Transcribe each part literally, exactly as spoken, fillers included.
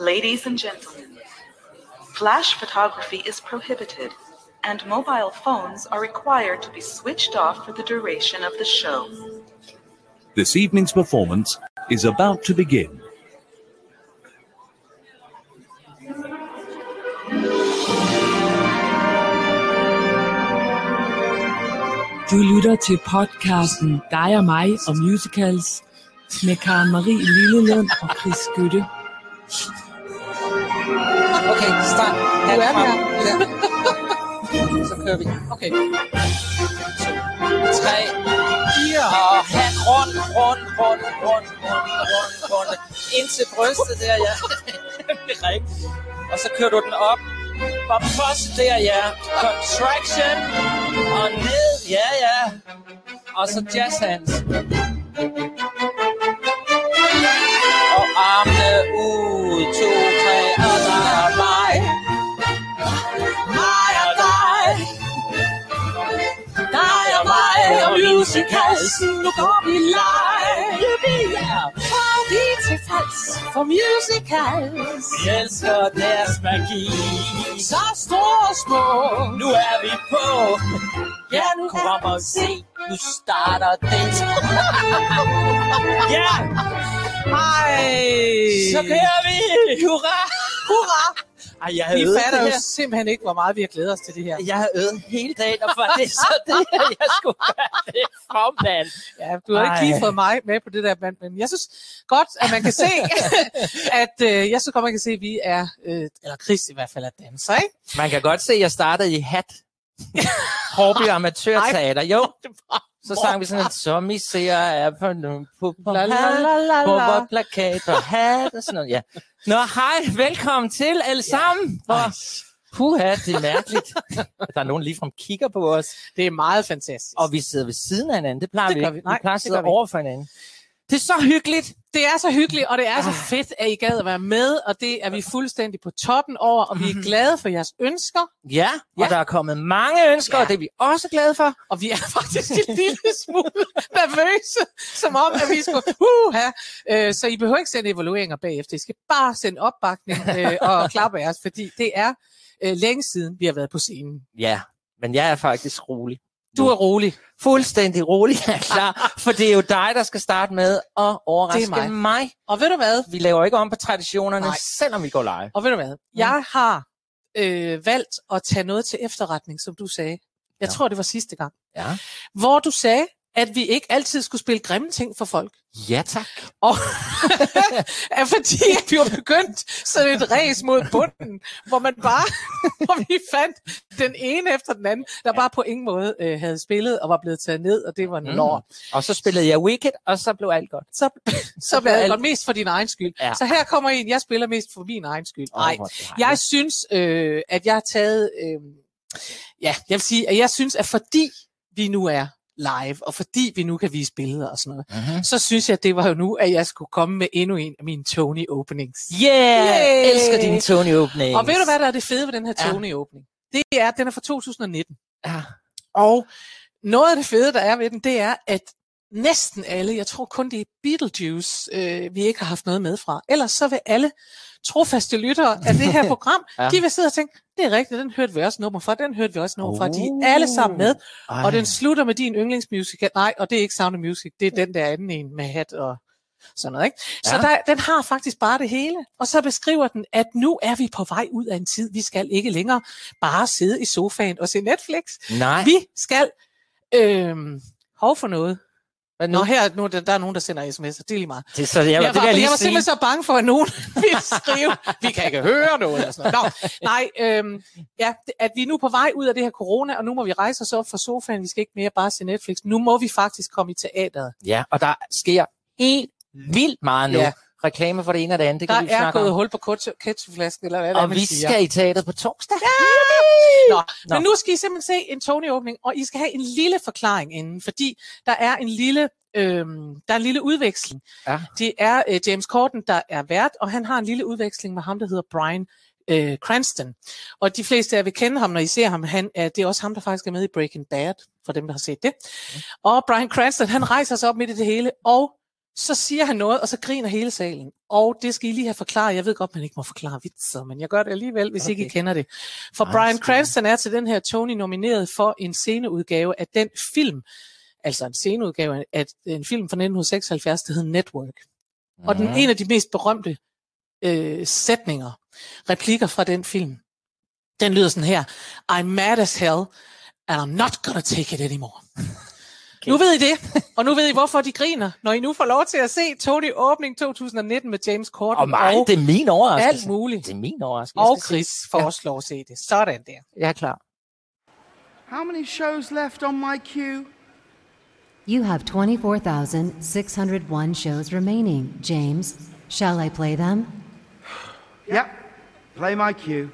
Ladies and gentlemen, flash photography is prohibited, and mobile phones are required to be switched off for the duration of the show. This evening's performance is about to begin. Du lytter til podcasten Dig og mig og musicals med Karen Marie Lillelund og Chris Skytte. Okay, start. Du er her. Ja. Så kører vi. Okay. To, tre, fire. Og hand rundt, rundt, rundt, rundt, rundt, rundt, rundt. Ind til brystet der, ja. Det er rigtigt. Og så kører du den op. Og først der, ja. Contraction. Og ned, ja, ja. Og så jazz hands. Og armene ud, to, tre, og dig og mig. Mig og dig. Dig og mig og musicals. Nu går vi live. Yippie, yeah. Og vi er til falds for musicals. Vi elsker deres magi. Så store og små. Nu er vi på. Ja, nu kom og se. Nu starter det. Ja. Hej. Så kører vi. Hurra. Hurra. Ej, jeg vi fatter jo simpelthen ikke, hvor meget vi har glædet os til det her. Jeg har øvet hele dagen, og for det er så det her, jeg skulle gøre det formand. Ja, du har ikke lige fået mig med på det der, men, men jeg synes godt, at man kan se, at øh, jeg synes godt, man kan se, at vi er, øh, eller Chris i hvert fald er danser, ikke? Man kan godt se, at jeg startede i hat. Hobby amatørteater, jo. Så sang vi sådan en, som I ser er på nogle på plakat og hat og sådan noget, ja. Nå, hej, velkommen til alle sammen. Ja. Puha, det er mærkeligt. Der er nogen ligefrem kigger på os. Det er meget fantastisk. Og vi sidder ved siden af hinanden, det plejer det vi ikke. Vi. Nej, vi plejer at sidde over for hinanden. Det er så hyggeligt. Det er så hyggeligt, og det er så fedt, at I gad at være med, og det er vi fuldstændig på toppen over, og vi er glade for jeres ønsker. Ja, ja. Og der er kommet mange ønsker, ja. Og det er vi også glade for. Og vi er faktisk en lille smule nervøse, som om, at vi skulle uh, have. Så I behøver ikke sende evalueringer bagefter. I skal bare sende opbakning øh, og klappe af os, fordi det er øh, længe siden, vi har været på scenen. Ja, men jeg er faktisk rolig. Du er rolig. Fuldstændig rolig, jeg er klar. For det er jo dig, der skal starte med at overraske mig. mig. Og ved du hvad? Vi laver ikke om på traditionerne, nej. Selvom vi går live. Og ved du hvad? Mm. Jeg har øh, valgt at tage noget til efterretning, som du sagde. Jeg ja. tror, det var sidste gang. Ja. Hvor du sagde, at vi ikke altid skulle spille grimme ting for folk. Ja, tak. Og er fordi, at vi var begyndt sådan et ræs mod bunden, hvor man bare, hvor vi fandt den ene efter den anden, der bare på ingen måde øh, havde spillet og var blevet taget ned, og det var en mm. lort. Og så spillede jeg Wicked, og så blev alt godt. Så, så blev alt godt, mest for din egen skyld. Ja. Så her kommer en, jeg spiller mest for min egen skyld. Nej, oh, jeg synes, øh, at jeg har taget, øh, ja, jeg vil sige, at jeg synes, at fordi vi nu er live, og fordi vi nu kan vise billeder og sådan noget, uh-huh. så synes jeg, at det var jo nu, at jeg skulle komme med endnu en af mine Tony openings. Yeah! yeah! Elsker dine Tony openings. Og ved du, hvad der er det fede ved den her Tony ja. opening? Det er, at den er fra to tusind nitten. Ja. Og noget af det fede, der er ved den, det er, at næsten alle, jeg tror kun det er Beetlejuice, øh, vi ikke har haft noget med fra. Ellers så vil alle trofaste lyttere af det her program, ja. de vil sidde og tænke, det er rigtigt, den hørte vi også nummer fra, den hørte vi også nummer fra, de er alle sammen med, Ej. og den slutter med din yndlingsmusical, nej, og det er ikke Sound of Music, det er den der anden en med hat og sådan noget, ikke? Ja. Så der, den har faktisk bare det hele, og så beskriver den, at nu er vi på vej ud af en tid, vi skal ikke længere bare sidde i sofaen og se Netflix, nej. vi skal, øh, hov for noget, Nå, her nu, der, der er nogen, der sender sms'er. Det er lige meget. Det, så, jeg, jeg, var, det jeg, jeg var simpelthen så bange for, at nogen ville skrive, vi kan ikke høre noget. Eller sådan noget. Nå, nej, øhm, ja, at vi er nu på vej ud af det her corona, og nu må vi rejse os op fra sofaen. Vi skal ikke mere bare se Netflix. Nu må vi faktisk komme i teateret. Ja, og der sker helt vildt meget nu. Ja. Reklame for det ene og det andet. Det der kan er gået om. hul på ketchupflasken, eller hvad og det, vi siger. Skal i teateret på torsdag. Ja! Nå, Nå. Men nu skal I simpelthen se en Tony-åbning, og I skal have en lille forklaring inden, fordi der er en lille, øhm, der er en lille udveksling. Ja. Det er øh, James Corden, der er vært, og han har en lille udveksling med ham, der hedder Bryan øh, Cranston. Og de fleste af jer vil kende ham, når I ser ham. Han, øh, det er også ham, der faktisk er med i Breaking Bad, for dem, der har set det. Mm. Og Bryan Cranston, han rejser sig op midt i det hele, og så siger han noget, og så griner hele salen. Og det skal I lige have forklaret. Jeg ved godt, man ikke må forklare vitser, men jeg gør det alligevel, hvis okay. ikke I kender det. For Ej, Bryan Cranston er til den her Tony nomineret for en sceneudgave af den film, altså en sceneudgave af en film fra nitten seksoghalvfjerds, der hed Network. Mm. Og den en af de mest berømte øh, sætninger, replikker fra den film, den lyder sådan her: I'm mad as hell, and I'm not gonna take it anymore. Okay. Nu ved I det, og nu ved I, hvorfor de griner, når I nu får lov til at se Tony åbning to tusind nitten med James Corden. Og mig, og det er min overraskelse. Alt muligt. Det er min overraskelse. Og Chris foreslår at se det. Sådan der. Jeg er klar. How many shows left on my queue? You have twenty-four thousand six hundred one shows remaining, James. Shall I play them? Yep. Play my queue.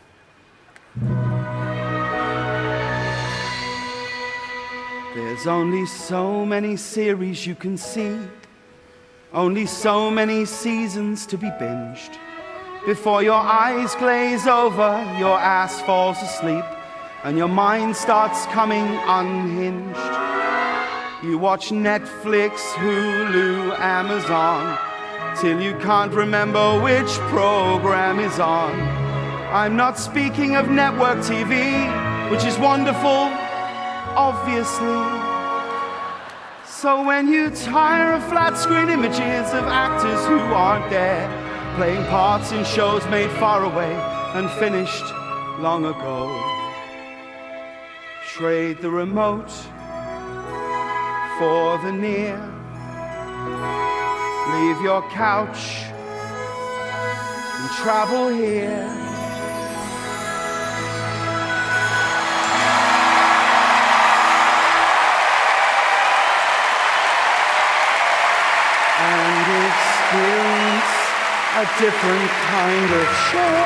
There's only so many series you can see, only so many seasons to be binged. Before your eyes glaze over, your ass falls asleep, and your mind starts coming unhinged. You watch Netflix, Hulu, Amazon, till you can't remember which program is on. I'm not speaking of network T V, which is wonderful, obviously. So when you tire of flat screen images of actors who aren't there, playing parts in shows made far away and finished long ago, trade the remote for the near. Leave your couch and travel here. And experience a different kind of show.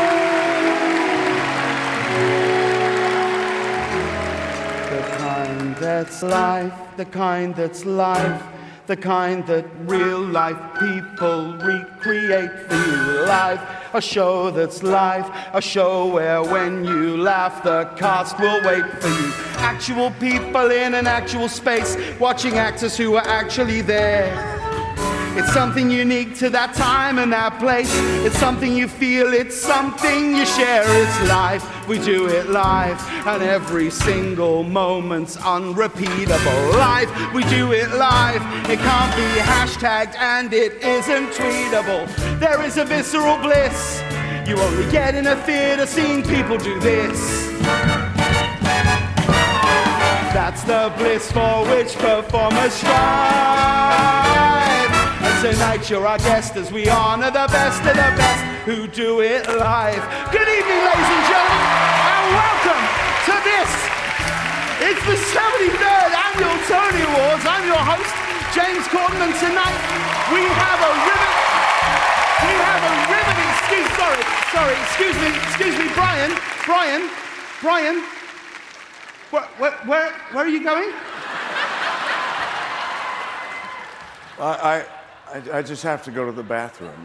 The kind that's life, the kind that's life, the kind that real life people recreate for you. Life, a show that's life, a show where when you laugh the cast will wait for you. Actual people in an actual space, watching actors who are actually there. It's something unique to that time and that place. It's something you feel, it's something you share. It's life, we do it live, and every single moment's unrepeatable. Life, we do it live. It can't be hashtagged and it isn't tweetable. There is a visceral bliss you only get in a theater seeing people do this. That's the bliss for which performers strive. Tonight you're our guest as we honor the best of the best who do it live. Good evening, ladies and gentlemen, and welcome to this. It's the seventy-third Annual Tony Awards. I'm your host, James Corden, and tonight we have a ribbon. We have a ribbon. Excuse, sorry, sorry, excuse me, excuse me, Brian, Brian, Brian. Where, where, where, where are you going? I. I I, I just have to go to the bathroom.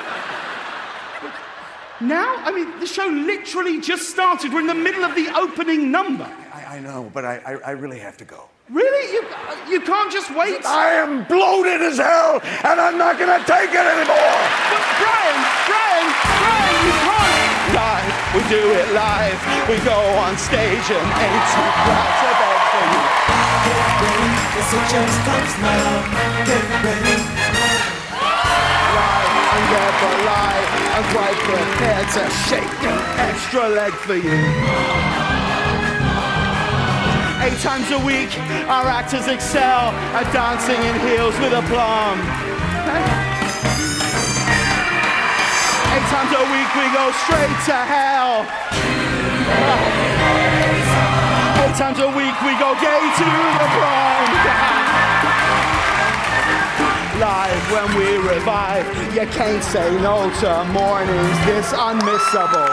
Now? I mean, the show literally just started. We're in the middle of the opening number. I, I know, but I, I, I really have to go. Really? You, you can't just wait? I am bloated as hell, and I'm not going to take it anymore! But Brian, Brian, Brian, you can't! Live, we do it live. We go on stage and ain't too proud to beg for you. Get ready, this it just comes now. Get ready. And never lie, I'm quite prepared to shake an extra leg for you. Eight times a week, our actors excel at dancing in heels with aplomb. Eight times a week, we go straight to hell. Eight times a week, we go gay to the prom. Live when we revive, you can't say no to mornings this unmissable.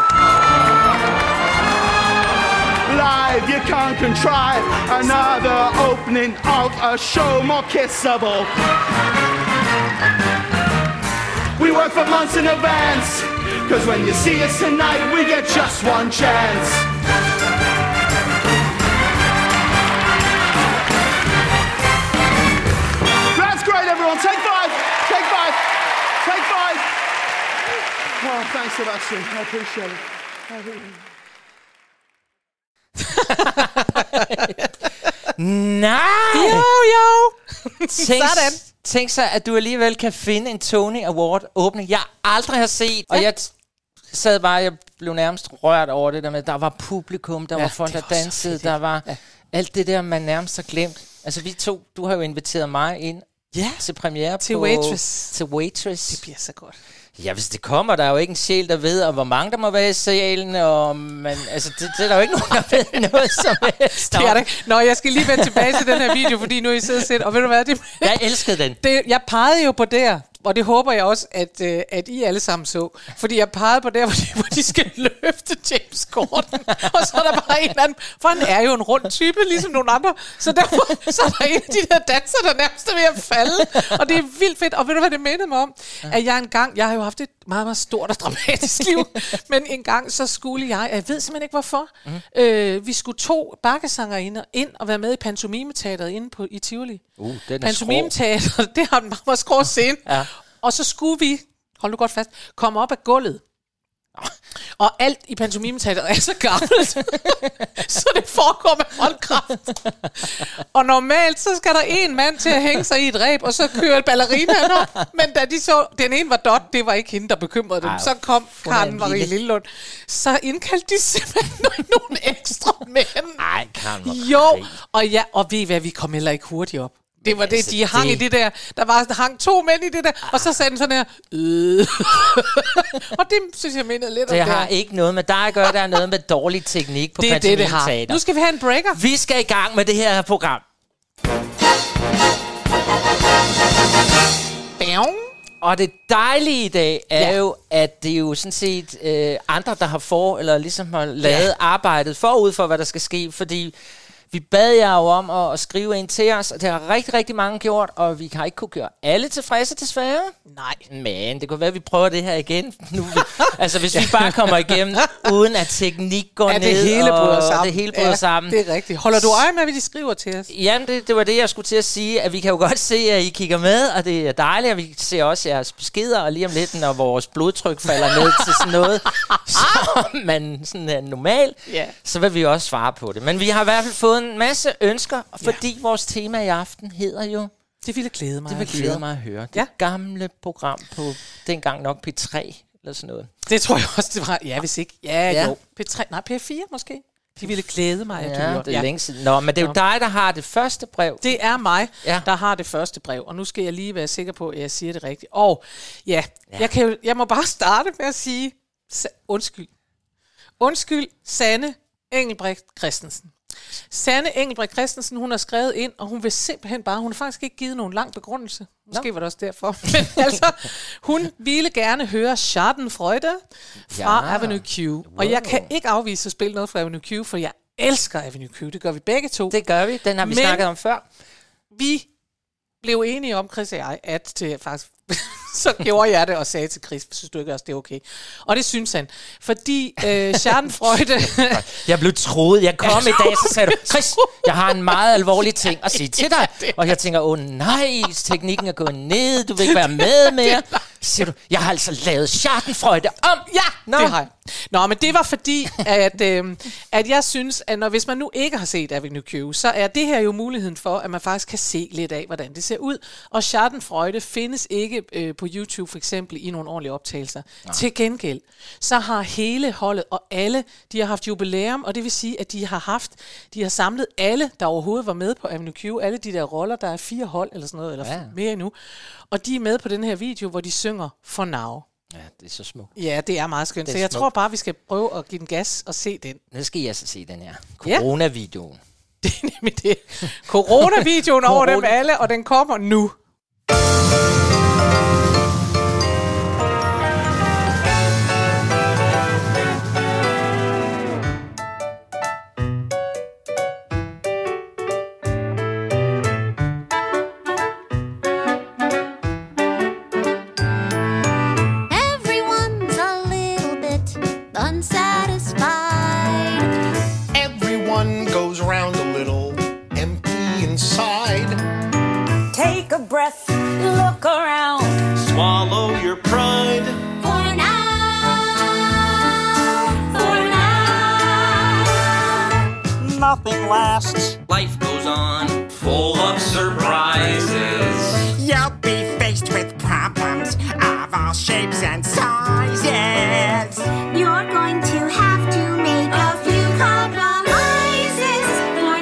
Live, you can't contrive another opening of a show more kissable. We work for months in advance, cause when you see us tonight, we get just one chance. That's great, everyone. Take five. Oh, thanks, Sebastian. I appreciate it. I really... Nej! Jo, jo! Tænk, Sådan. tænk så, at du alligevel kan finde en Tony Award åbning, jeg aldrig har set. Og jeg sad bare, jeg blev nærmest rørt over det der med, der var publikum, der ja, var folk, der dansede, der var ja. alt det der, man nærmest har glemt. Altså vi to, du har jo inviteret mig ind ja. til premiere til på... Waitress. Til Waitress. Det bliver så godt. Ja, hvis det kommer, der er jo ikke en sjæl, der ved, og hvor mange der må være i salen, og man, altså, det, det er der jo ikke nogen, der ved noget som helst. Det er det. Nå, jeg skal lige vende tilbage til den her video, fordi nu er I sidder og set, og ved du hvad? Det, jeg elskede den. Det, jeg pegede jo på der, og det håber jeg også, at, øh, at I alle sammen så. Fordi jeg pegede på der, hvor de, hvor de skal løfte James Corden. Og så er der bare en eller anden, for han er jo en rund type, ligesom nogle andre. Så derfor så er der en af de der danser, der nærmest er ved at falde. Og det er vildt fedt. Og ved du, hvad det mindede mig om? At jeg engang, jeg har jo haft et meget, meget stort og dramatisk liv. Men en gang så skulle jeg, jeg ved simpelthen ikke hvorfor, mm. øh, vi skulle to bakkesangerinder ind og være med i pantomimeteateret inde på, i Tivoli. Uh, den er pantomimeteateret, det har den meget, meget skrå scene. Ja. Og så skulle vi, hold nu godt fast, komme op af gulvet. Og alt i pantomimeteateret er så gammelt, så det foregår med holdkraft. Og normalt, så skal der en mand til at hænge sig i et reb, og så kører ballerinaen op. Men da de så, den ene var dot, det var ikke hende, der bekymrede dem. Ej, så kom Karen Marie Lillelund. Så indkaldte de simpelthen nogle ekstra mænd. Nej, Karen Marie. Jo, og, ja, og ved I hvad, vi kom heller ikke hurtigt op. Det var det, altså, de hang det... i det der. Der var der hang to mænd i det der, og så sagde den sådan her. Øh. Og det synes jeg mindede lidt det om det. Det har ikke noget med dig at gøre, der er noget med dårlig teknik på pantomimeteater. Nu skal vi have en breaker. Vi skal i gang med det her program. Bæum. Og det dejlige i dag er ja. jo, at det er jo sådan set øh, andre, der har for, eller ligesom har lavet ja. arbejdet forud for, hvad der skal ske, fordi... Vi bad jer jo om at, at skrive ind til os, og det har rigtig, rigtig mange gjort, og vi kan ikke kunne gøre alle tilfredse, desværre. Nej. Men det kunne være, at vi prøver det her igen. Nu, vi, altså, hvis vi bare kommer igennem, uden at teknik går ja, ned, det hele og sammen. det hele bryder ja, sammen. det er rigtigt. Holder du øje med, hvad de skriver til os? Jamen, det, det var det, jeg skulle til at sige, at vi kan jo godt se, at I kigger med, og det er dejligt, og vi ser også jeres beskeder, og lige om lidt, når vores blodtryk falder ned til sådan noget, som man sådan er normal, yeah. så vil vi også svare på det. Men vi har i hvert fald fået en masse ønsker, fordi ja. vores tema i aften hedder jo... Det ville glæde mig Det ville glæde mig at høre. Det ja. gamle program på dengang nok P tre eller sådan noget. Det tror jeg også, det var. Ja, hvis ikke. Ja, ja. jo. P tre, nej, P fire måske. Det ville glæde mig, at ja, du det er ja. længe siden. Nå, men det er jo Nå. dig, der har det første brev. Det er mig, ja. der har det første brev. Og nu skal jeg lige være sikker på, at jeg siger det rigtigt. Og ja, ja. Jeg, kan jo, jeg må bare starte med at sige... Undskyld. Undskyld, Sanne Engelbrecht Christensen. Sanne Engelbrecht Christensen, hun har skrevet ind, og hun vil simpelthen bare, hun har faktisk ikke givet nogen lang begrundelse. Måske Nå. var det også derfor. Men altså, hun ville gerne høre Schadenfreude fra ja. Avenue Q. Wow. Og jeg kan ikke afvise at spille noget fra Avenue Q, for jeg elsker Avenue Q. Det gør vi begge to. Det gør vi. Den har vi Men snakket om før. Vi blev enige om, Chris og jeg, at det faktisk... så gjorde jeg det og sagde til Chris, synes du ikke også, det er okay? Og det synes han. Fordi øh, Schadenfreude... jeg blev troet. Jeg kom i dag, så sagde du, Chris, jeg har en meget alvorlig ting at sige til dig. Og jeg tænker, åh oh, nej, teknikken er gået ned, du vil ikke være med mere. Så siger du, jeg har altså lavet Schadenfreude om. Ja, Nå. det har jeg. Nå, men det var fordi, at, øh, at jeg synes, at når, hvis man nu ikke har set Avenue Q, så er det her jo muligheden for, at man faktisk kan se lidt af, hvordan det ser ud. Og Schadenfreude findes ikke øh, på YouTube for eksempel i nogle ordentlige optagelser. Nej. Til gengæld, så har hele holdet og alle, de har haft jubilæum, og det vil sige, at de har haft, de har samlet alle, der overhovedet var med på Avenue Q, alle de der roller, der er fire hold eller sådan noget, eller ja. mere endnu. Og de er med på den her video, hvor de synger For Now. Ja, det er så smukt. Ja, det er meget skønt. Er så jeg smukt. tror bare, vi skal prøve at give den gas og se den. Nu skal jeg så se den her. Corona-videoen. Det er nemlig det. Corona-videoen over dem alle, og den kommer nu. Breath, nothing lasts. Life goes on, full of surprises. You'll be faced with problems of all shapes and sizes. You're going to have to make a few compromises for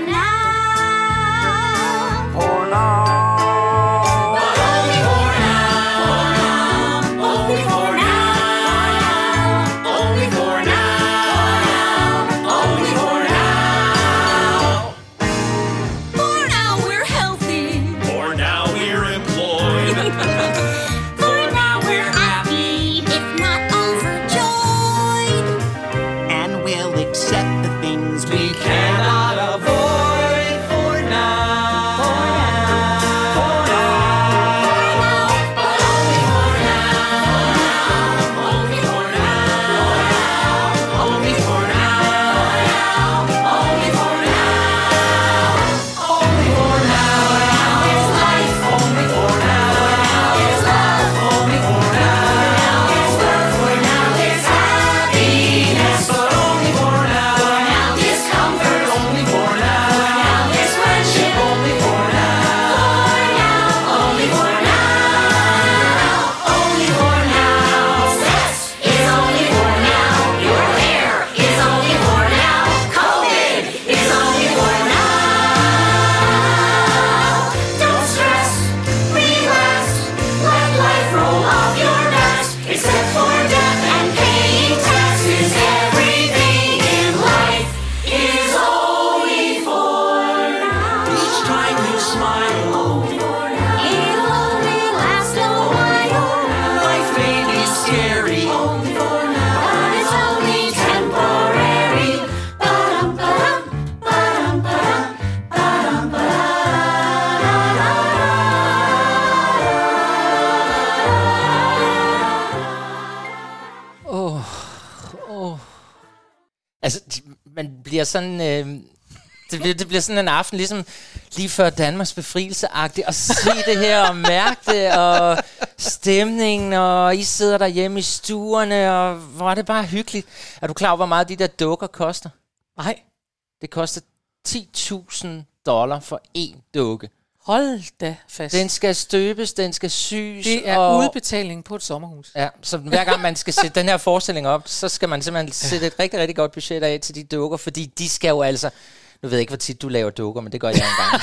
now. For now. But only for now. Only for now. Only for now. Only for now. For now we're healthy. For now we're employed. For now we're happy, if not overjoyed. And we'll accept the things we We cannot avoid for now. For now. But only for now. Only for now. Only for now. Only for now. Only for now. It's life. Only for now. It's love. Only for now. It's work. For now it's happiness. But only for now. For now discomfort. Only for For now. now it's friendship. Only for now. For now. Only for now. Only for now. Sex is only for now. Your hair is only for now. COVID is only for now. Don't stress. Relax. Let life roll off your backs. Except for death and paying taxes. Everything in life is only for now. Each time you smile, It'll only last a while. life may be scary. But it's only temporary. Ba-dum-ba-dum, ba-dum-ba-dum, ba-dum-ba-dum. Åh, åh. Altså, man bliver sådan... Øh, det, bliver, det bliver sådan en aften, ligesom lige før Danmarks befrielse-agtigt, at se det her og mærke det, og stemningen, og I sidder derhjemme i stuerne, og hvor er det bare hyggeligt. Er du klar over, hvor meget de der dukker koster? Nej. Det koster ti tusind dollar for én dukke. Hold da fast. Den skal støbes, den skal syes. Det er og udbetaling på et sommerhus. Ja, så hver gang man skal sætte den her forestilling op, så skal man simpelthen sætte et rigtig, rigtig godt budget af til de dukker, fordi de skal jo altså... Nu ved jeg ikke, hvor tit du laver dukker, men det gør jeg engang.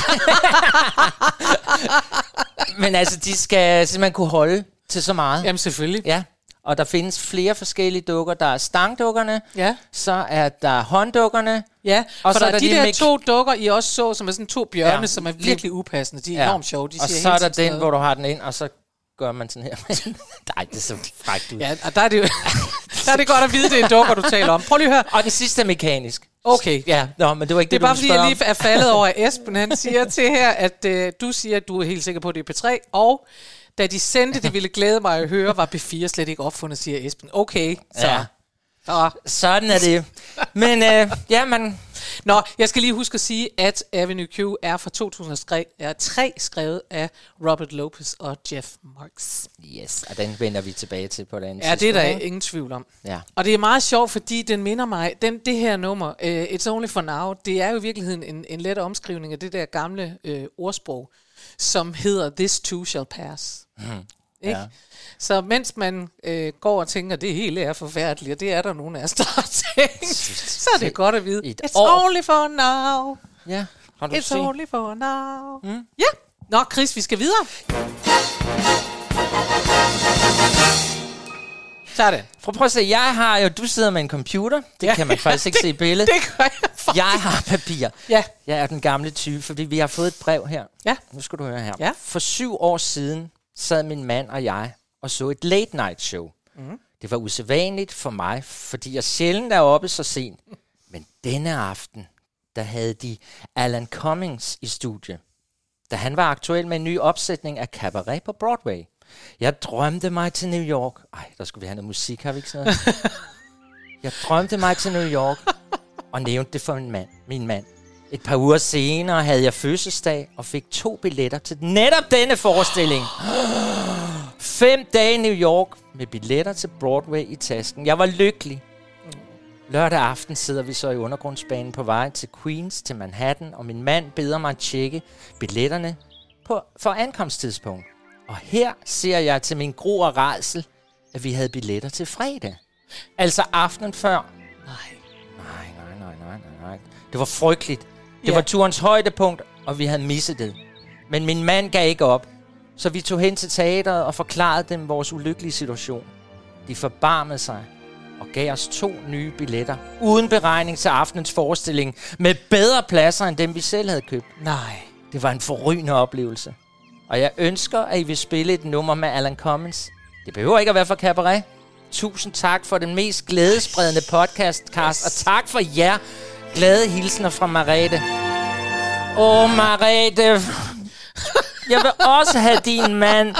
Men altså, de skal simpelthen kunne holde til så meget. Jamen selvfølgelig. Ja, og der findes flere forskellige dukker. Der er stangdukkerne, Ja. så er der hånddukkerne. Ja, Og og så for er der er der de de der mik- to dukker, I også så, som er sådan to bjørne, Ja. som er virkelig upassende. De er Ja. enormt sjove. De Og siger så er hele der tiden den, sådan hvor du har den ind, og så gør man sådan her. Nej, det er så frækt ud. Ja, og der er det jo... der er det godt at vide, det er dukker, du taler om. Prøv lige at høre. Og den sidste er mekanisk. Okay. Ja, nå, men det var ikke Det er det, bare du fordi, ville jeg spørge lige er faldet over, at Esben han siger til her, at øh, du siger, at du er helt sikker på, at det er P tre, og da de sendte, det ville glæde mig at høre, var P fire slet ikke opfundet, siger Esben. Okay, så. Ja. Nå. Sådan er det. Men øh, ja, man... Nå, jeg skal lige huske at sige, at Avenue Q er fra to tusind og tre skrevet af Robert Lopez og Jeff Marks. Yes, og den vender vi tilbage til på et andet Ja, det er der tidspunkt, ikke? ingen tvivl om. Ja. Og det er meget sjovt, fordi den minder mig, den, det her nummer, uh, It's Only For Now, det er jo i virkeligheden en, en let omskrivning af det der gamle uh, ordsprog, som hedder This Too Shall Pass. Mm. Ikke? Ja. Så mens man øh, går og tænker, det hele er forfærdeligt, og det er der nogen af os, der har tænkt, så er det godt at vide. Et It's år. only for now. Ja, har du It's set? only for now. Mm. Ja. Nå, Chris, vi skal videre. Sådan. Prøv at se, jeg har jo, du sidder med en computer, det Ja. kan man faktisk ikke det, se i billedet. Det gør jeg faktisk. Jeg har papir. Ja. Jeg er den gamle type, fordi vi har fået et brev her. Ja. Nu skal du høre her. Ja. For syv år siden sad min mand og jeg og så et late night show. Mhm. Det var usædvanligt for mig, fordi jeg sjældent er oppe så sent. Men denne aften, der havde de Alan Cummings i studie, da han var aktuel med en ny opsætning af Cabaret på Broadway. Jeg drømte mig til New York. Ej, der skulle vi have noget musik, har vi ikke sådan noget? Jeg drømte mig til New York og nævnte det for min mand. Min mand. Et par uger senere havde jeg fødselsdag og fik to billetter til netop denne forestilling. Fem dage i New York med billetter til Broadway i tasken. Jeg var lykkelig. Lørdag aften sidder vi så i undergrundsbanen på vej til Queens, til Manhattan, og min mand beder mig at tjekke billetterne på, for ankomsttidspunkt. Og her ser jeg til min gro og rædsel, at vi havde billetter til fredag. Altså aftenen før. Nej. Nej, nej, nej, nej, nej, nej. Det var frygteligt. Det Ja. var turens højdepunkt, og vi havde misset det. Men min mand gav ikke op. Så vi tog hen til teateret og forklarede dem vores ulykkelige situation. De forbarmede sig og gav os to nye billetter, uden beregning til aftenens forestilling, med bedre pladser end dem, vi selv havde købt. Nej. Det var en forrygende oplevelse. Og jeg ønsker, at I vil spille et nummer med Alan Cummins. Det behøver ikke at være for Cabaret. Tusind tak for den mest glædespredende podcast, Cast, og tak for jer. Glade hilsner fra Merete. Åh, oh, Merete. Jeg vil også have din mand.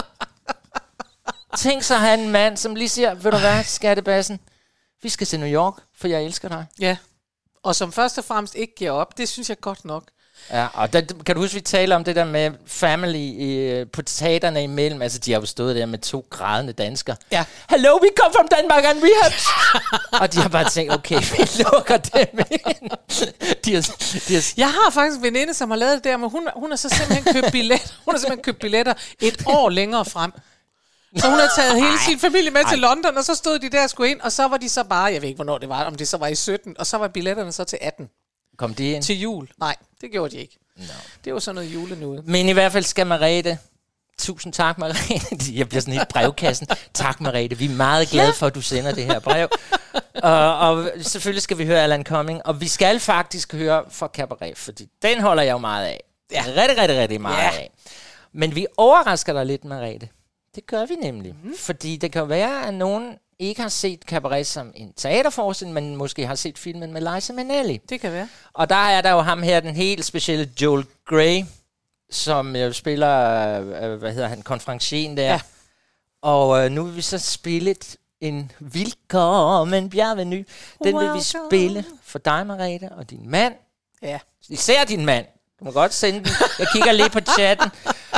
Tænk så at have en mand, som lige siger, ved du hvad, skattebassen? Vi skal til New York, for jeg elsker dig. Ja, og som først og fremmest ikke giver op, det synes jeg godt nok. Ja, og der, kan du huske, vi taler om det der med family i, på teaterne imellem? Altså, de har jo stået der med to grædende danskere. Ja. Hello, we come from Denmark and we have... og de har bare tænkt, okay, vi lukker dem ind. de har, de har... Jeg har faktisk en veninde, som har lavet det der, men hun, hun har så simpelthen købt billetter. Hun har simpelthen købt billetter et år længere frem. Så hun har taget hele sin familie med Ej. til London, og så stod de der og skulle ind, og så var de så bare, jeg ved ikke, hvornår det var, om det så var i sytten, og så var billetterne så til atten. Kom de ind? Til jul. Nej, det gjorde de ikke. No. Det var sådan noget julenude. Men i hvert fald skal Merete. Tusind tak, Merete. Jeg bliver sådan helt brevkassen. Tak, Merete. Vi er meget glade ja. for, at du sender det her brev. og, og selvfølgelig skal vi høre Alan Cumming, og vi skal faktisk høre fra Cabaret, fordi den holder jeg jo meget af. Ja. Rigtig, rigtig, rigtig meget ja. af. Men vi overrasker dig lidt, Merete. Det gør vi nemlig. Mm. Fordi det kan være, at nogen ikke har set Cabaret som en teaterforestilling, men måske har set filmen med Liza Minnelli. Det kan være. Og der er der jo ham her, den helt specielle Joel Grey, som øh, spiller, øh, hvad hedder han, konferencien der. Ja. Og øh, nu vil vi så spille et, en Velkommen Bjergveny. Den vil vi spille for dig, Merete, og din mand. Ja. Især din mand. Du må godt sende den. Jeg kigger lige på chatten,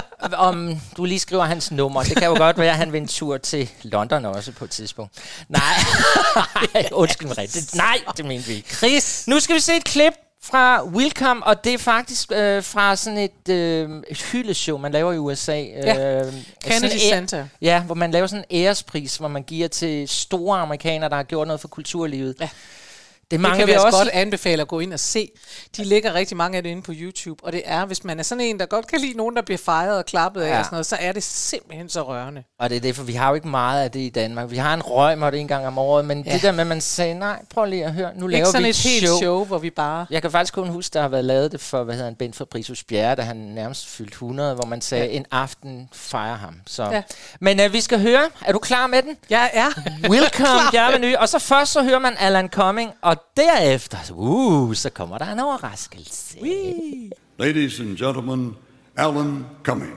om du lige skriver hans nummer. Det kan jo godt være, at han vil en tur til London også på et tidspunkt. Nej, undskyld mig rigtigt. Nej, det mener vi. Chris, nu skal vi se et klip fra Welcome, og det er faktisk øh, fra sådan et, øh, et hyldeshow, man laver i U S A. Ja. Øh, Kennedy Center. Ja, hvor man laver sådan en ærespris, hvor man giver til store amerikanere, der har gjort noget for kulturlivet. Ja. Det, det kan vi også godt anbefale at gå ind og se. De ligger rigtig mange af det inde på YouTube, og det er, hvis man er sådan en, der godt kan lide nogen, der bliver fejret og klappet af ja. og sådan noget, så er det simpelthen så rørende. Og det er det, for vi har jo ikke meget af det i Danmark. Vi har en røgmåtte en gang om året, men ja. det der med, at man sagde, nej, prøv lige at høre, nu laver sådan vi et, et helt show. show, hvor vi bare... Jeg kan faktisk kun huske, der har været lavet det for, hvad hedder han, Bent Fabricius Bjerre, da han nærmest fyldte hundrede, hvor man sagde, ja. en aften fejrer ham. Så. Ja. Men uh, vi skal høre, er du klar med den? Jeg er. Welcome, Bjergveny. Og så først så hører man Alan Cumming, og derefter, uh, så kommer der en overraskelse. Wee. Ladies and gentlemen, Alan Cumming.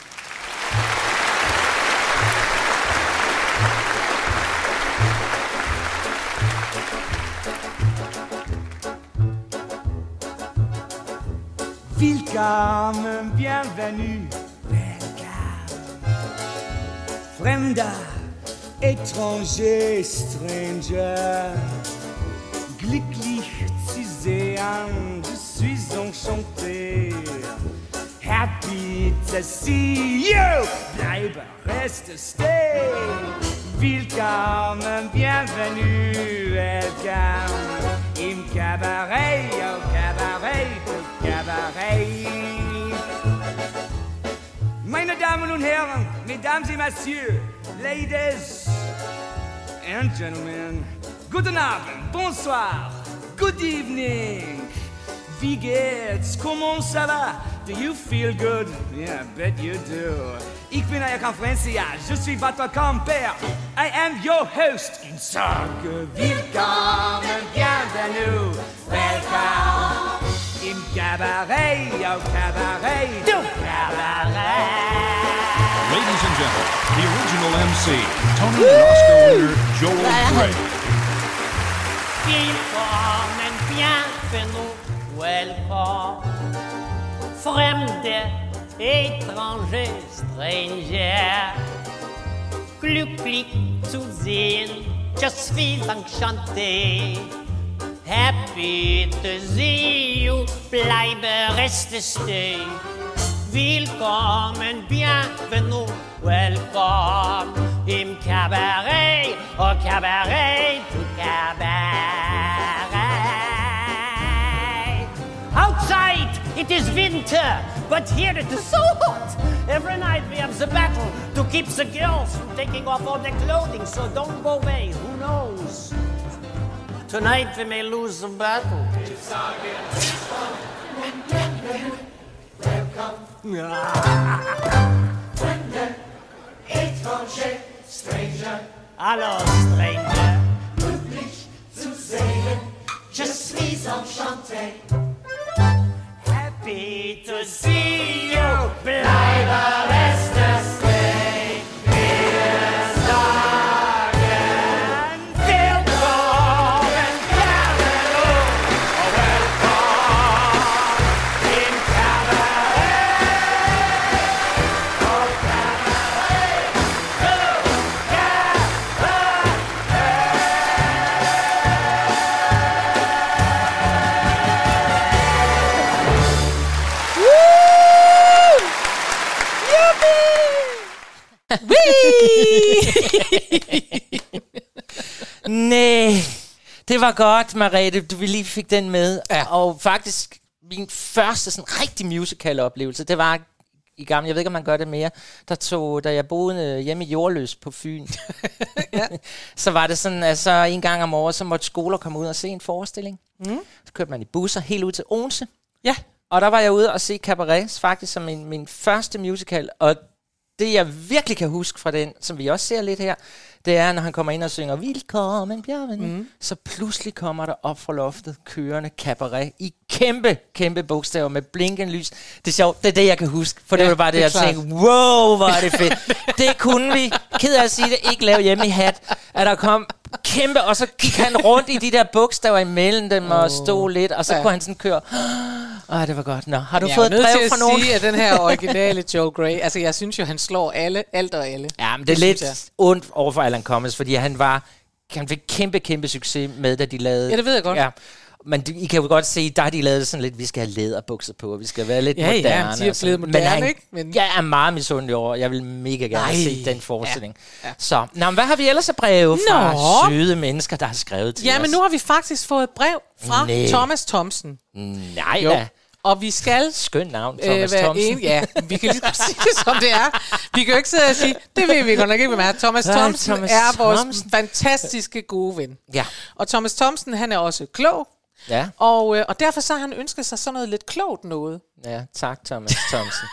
Welcome, bienvenue. Welcome. Fremder, étranger, stranger. Glücklich zu sehen, je suis enchanté. Happy to see you. Bleibe, reste, stay. Welcome, bienvenue, welcome. Im Cabaret, au Cabaret, au Cabaret. Meine Damen und Herren, Mesdames et Messieurs, Ladies and Gentlemen, guten Abend, bonsoir, good evening. Wie geht's? Comment ça va? Do you feel good? Yeah, I bet you do. Ik ben Aya Conferencia, je suis votre compère. I am your host. In sage willkommen, bienvenue, welcome. Im Cabaret, au Cabaret, du Cabaret. Ladies and gentlemen, the original M C, Tony and Oscar winner Joel Grey. Willkommen, bienvenue, welcome. Fremde, étranger, stranger. Glücklich zu sehen, je suis enchanté. Happy to see you, bleibe reste stay. Willkommen, bienvenue, welcome. Im cabaret, og cabaret to cabaret. Outside it is winter, but here it is so hot. Every night we have the battle to keep the girls from taking off all their clothing, so don't go away, who knows? Tonight we may lose the battle. Stranger. Hallo, stranger. Glücklich zu sehen. Je suis enchanté. Happy to see you. Bleibe reste stay. Wir sagen willkommen, bienvenue, welcome im Cabaret. Oh, Cabaret, to Nej, det var godt, Merete, du vi lige fik den med. Ja. Og faktisk, min første sådan rigtig musical-oplevelse, det var i gamle, jeg ved ikke, om man gør det mere, der tog, da jeg boede hjemme i Jordløs på Fyn, ja. Så var det sådan, altså en gang om året, så måtte skoler komme ud og se en forestilling. Mm. Så kørte man i busser helt ud til Odense. Ja. Og der var jeg ude og se Cabaret, faktisk som min, min første musical, og det jeg virkelig kan huske fra den, som vi også ser lidt her, det er, når han kommer ind og synger Velkommen, Bjørn, mm. så pludselig kommer der op fra loftet kørende Cabaret i kæmpe, kæmpe bogstaver med blinkende lys. Det er sjovt, det er det, jeg kan huske, for ja, det var bare det, det jeg tænkte, wow, hvor er det fedt. Det kunne vi, ked af at sige det, ikke lave hjemme i hat, at der kom kæmpe, og så gik han rundt i de der bogstaver imellem dem, oh. og stod lidt, og så ja. kunne han sådan køre. Åh, det var godt. Nå, har du jeg fået et brev fra nogen? Jeg er nødt til at sige, at den her originale Joe Gray, altså jeg synes jo, han slår alle, alt og alle. Ja, men det er det lidt ondt over for Allan Thomas, fordi han var, han fik kæmpe, kæmpe succes med, da de lavede. Ja, det ved jeg godt. Ja. Men I kan jo godt se, der har de lavet sådan lidt, vi skal have læderbukser på, og vi skal være lidt ja, moderne. Ja, de er blevet moderne, han, ikke? Men jeg er meget misundelig over, jeg vil mega gerne Ej. se den forestilling. Ja. Ja. Så, nå, men hvad har vi ellers af breve fra Nå. søde mennesker, der har skrevet til ja, os? Ja, men nu har vi faktisk fået et brev fra Nej. Thomas Thomsen. Nej da. Og vi skal... Skøn navn, Thomas øh, Thomsen. En, ja, vi kan lige sige det, som det er. Vi kan jo ikke sidde og sige, det ved vi godt nok ikke, hvem er. Thomas ja, Thomsen Thomas er vores Thomsen. fantastiske gode ven. Ja. Og Thomas Thomsen, han er også klog. Ja. Og, øh, og derfor så har han ønsket sig sådan noget lidt klogt noget. Ja, tak Thomas Thomsen.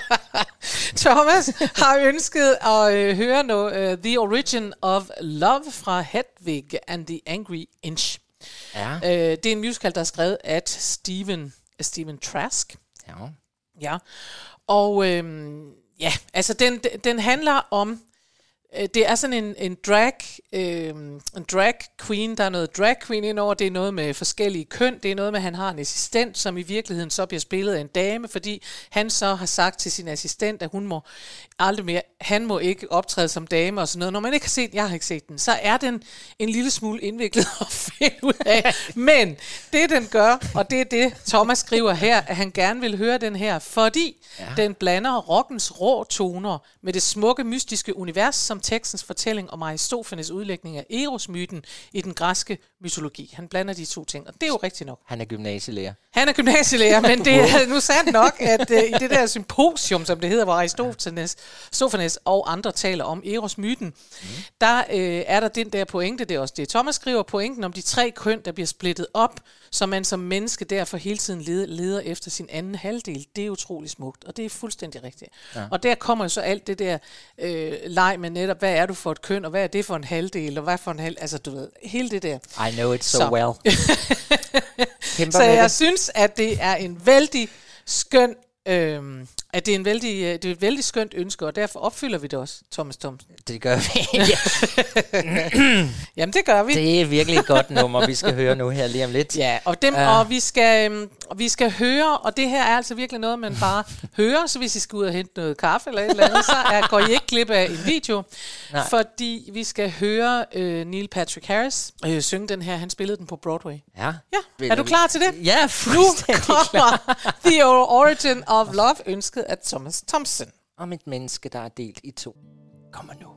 Thomas har ønsket at øh, høre noget, uh, The Origin of Love fra Hedwig and the Angry Inch. Ja. Uh, det er en musical, der er skrevet af Stephen, Stephen Trask. Ja. Ja. Og øhm, ja, altså den, den handler om, øh, det er sådan en, en drag, øh, en drag queen, der er noget drag queen indover, det er noget med forskellige køn, det er noget med, at han har en assistent, som i virkeligheden så bliver spillet af en dame, fordi han så har sagt til sin assistent, at hun må aldrig mere, han må ikke optræde som dame og sådan noget. Når man ikke har set, jeg har ikke set den, så er den en lille smule indviklet at finde ud af. Men det den gør, og det er det Thomas skriver her, at han gerne vil høre den her, fordi ja. den blander rockens rå toner med det smukke, mystiske univers, som tekstens fortælling om Aristofanes udlægning af Eros-myten i den græske mytologi. Han blander de to ting, og det er jo rigtigt nok. Han er gymnasielærer. Han er gymnasielærer, men det er nu sandt nok, at uh, i det der symposium, som det hedder, hvor Aristofanes Sofanes og andre taler om Eros-myten, mm. der øh, er der den der pointe, det er også det Thomas skriver, pointen om de tre køn, der bliver splittet op, så man som menneske derfor hele tiden leder, leder efter sin anden halvdel. Det er utrolig smukt, og det er fuldstændig rigtigt. Ja. Og der kommer jo så alt det der øh, leg med netop, hvad er du for et køn, og hvad er det for en halvdel, og hvad for en halv, altså du ved, hele det der. I know it so, so. well. Så jeg det. synes, at det er en vældig skøn Øhm, at det er, en vældig, det er et vældig skønt ønske, og derfor opfylder vi det også, Thomas Thomsen. Det gør vi. Jamen, det gør vi. Det er virkelig et godt nummer, vi skal høre nu her lige om lidt. Ja, og, dem, uh. og vi, skal, um, vi skal høre, og det her er altså virkelig noget, man bare hører, så hvis I skal ud og hente noget kaffe eller et eller andet, så er, går I ikke glip af en video, Nej. fordi vi skal høre uh, Neil Patrick Harris uh, synge den her. Han spillede den på Broadway. Ja. ja. Er du klar til det? Ja, fuldstændig klar. The Origin of Love, ønsket af Thomas Thompson. Om et menneske, der er delt i to. Kommer nu.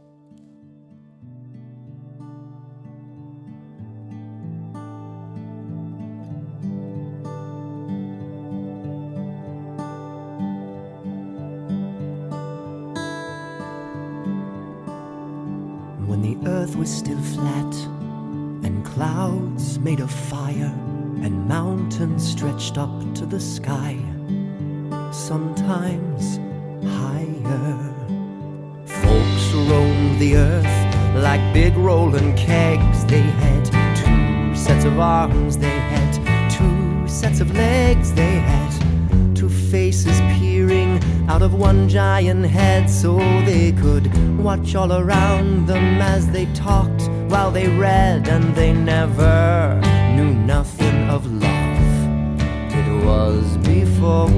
When the earth was still flat, and clouds made of fire, and mountains stretched up to the sky, sometimes higher. Folks roamed the earth like big rolling kegs. They had two sets of arms, they had two sets of legs, they had two faces peering out of one giant head, so they could watch all around them as they talked while they read, and they never knew nothing of love. It was before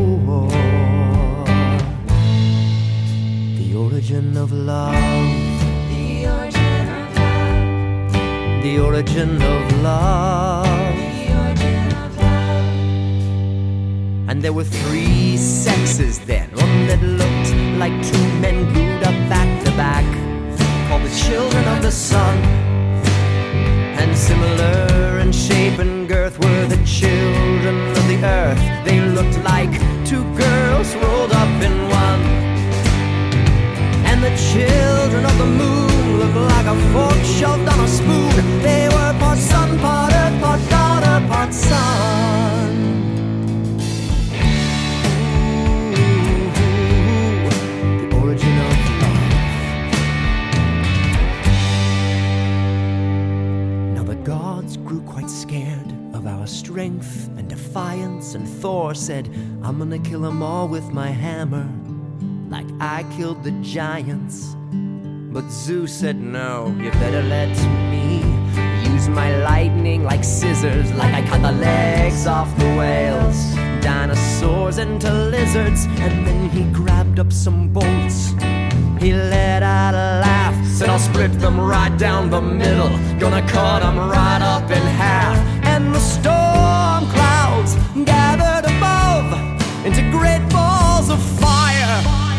the origin of love. The origin of love. The origin of love. And there were three sexes then, one that looked like two men glued up back to back, called the children of the sun. And similar in shape and girth were the children of the earth. They looked like two girls rolled up in one. And the children of the moon looked like a fork shoved on a spoon. They were part sun, part earth, part daughter, part son. Grew quite scared of our strength and defiance, and Thor said, I'm gonna kill them all with my hammer, like I killed the giants. But Zeus said, no, you better let me use my lightning like scissors, like I cut the legs off the whales, dinosaurs into lizards. And then he grabbed up some bolts, he let out a laugh, said I'll split them right down the middle, gonna cut them right up in half. And the storm clouds gathered above into great balls of fire.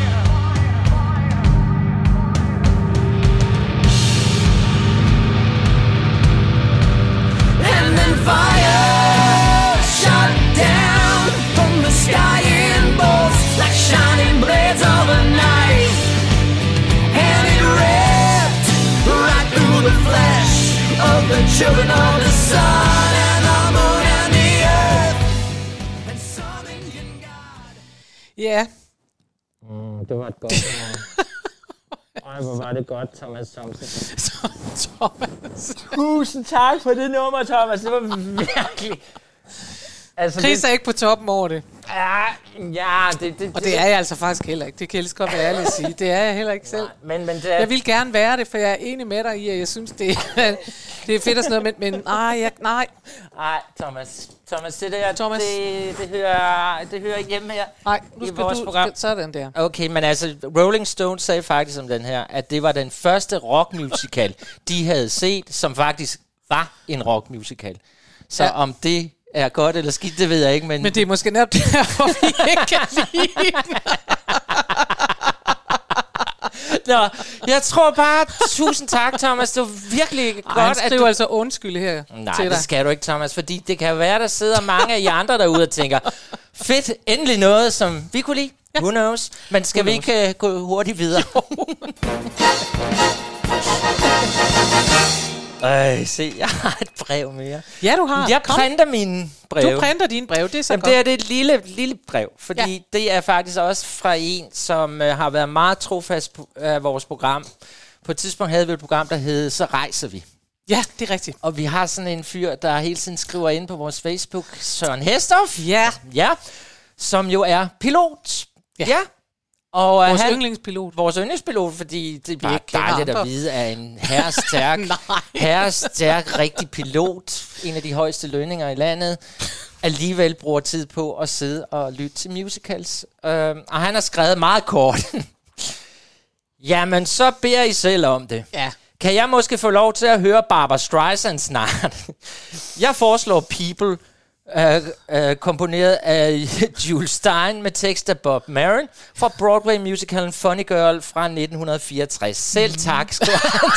And then fire shot down from the sky in bolts like shining blades of a knife. The flesh of the children of the sun and the moon and the earth and something in God. Ja. Mm, det var et godt nummer. Ej, hvor var det godt, Thomas Thompson. Thomas. Tusind tak for det nummer, Thomas. Det var virkelig... Altså, Chris det... er ikke på toppen over det. Ja, ja det, det, og det er jeg altså faktisk heller ikke. Det kan jeg lige godt være ærlig at sige. Det er jeg heller ikke selv. Nej, men, men det er... Jeg vil gerne være det, for jeg er enig med dig i, at jeg synes, det er, det er fedt og sådan noget, men, men nej, jeg, nej. Nej, Thomas. Thomas, det der, Thomas. Det, det, hører, det hører ikke hjemme her. Nej, nu i skal vores du, program. Sådan der. Okay, men altså, Rolling Stones sagde faktisk om den her, at det var den første rockmusical, de havde set, som faktisk var en rockmusical. Så ja. Om det er godt eller skidt, det ved jeg ikke, men... Men det er måske netop derfor, vi ikke kan lide den. Nå, jeg tror bare, tusind tak, Thomas. Det var virkelig Ej, godt, han skriver at du... altså undskyld her. Nej, til det dig. skal du ikke, Thomas, fordi det kan jo være, der sidder mange af jer andre derude og tænker, fedt, endelig noget, som vi kunne lide. Ja. Who knows? Men skal Who vi knows? Ikke uh, gå hurtigt videre? Øj, se, jeg har et brev mere. Ja, du har. Jeg Kom. printer mine breve. Du printer dine brev, det er så Jamen, godt. det er det et lille, lille brev, fordi ja. Det er faktisk også fra en, som uh, har været meget trofast på uh, vores program. På et tidspunkt havde vi et program, der hed Så rejser vi. Ja, det er rigtigt. Og vi har sådan en fyr, der hele tiden skriver ind på vores Facebook, Søren Hestorff. Ja. Ja, som jo er pilot. Ja. Ja. Og vores han, yndlingspilot. Vores yndlingspilot, fordi det er bare ikke kender dejligt andre. at vide, at en herrestærk, herrestærk, rigtig pilot, en af de højeste lønninger i landet, alligevel bruger tid på at sidde og lytte til musicals. Øh, og han har skrevet meget kort. Jamen, så beder I selv om det. Ja. Kan jeg måske få lov til at høre Barbra Streisand snart? Jeg foreslår People, øh, øh, komponeret af Jules Stein med tekst af Bob Merrill fra Broadway musicalen Funny Girl fra nitten fireogtres. Selv tak, skal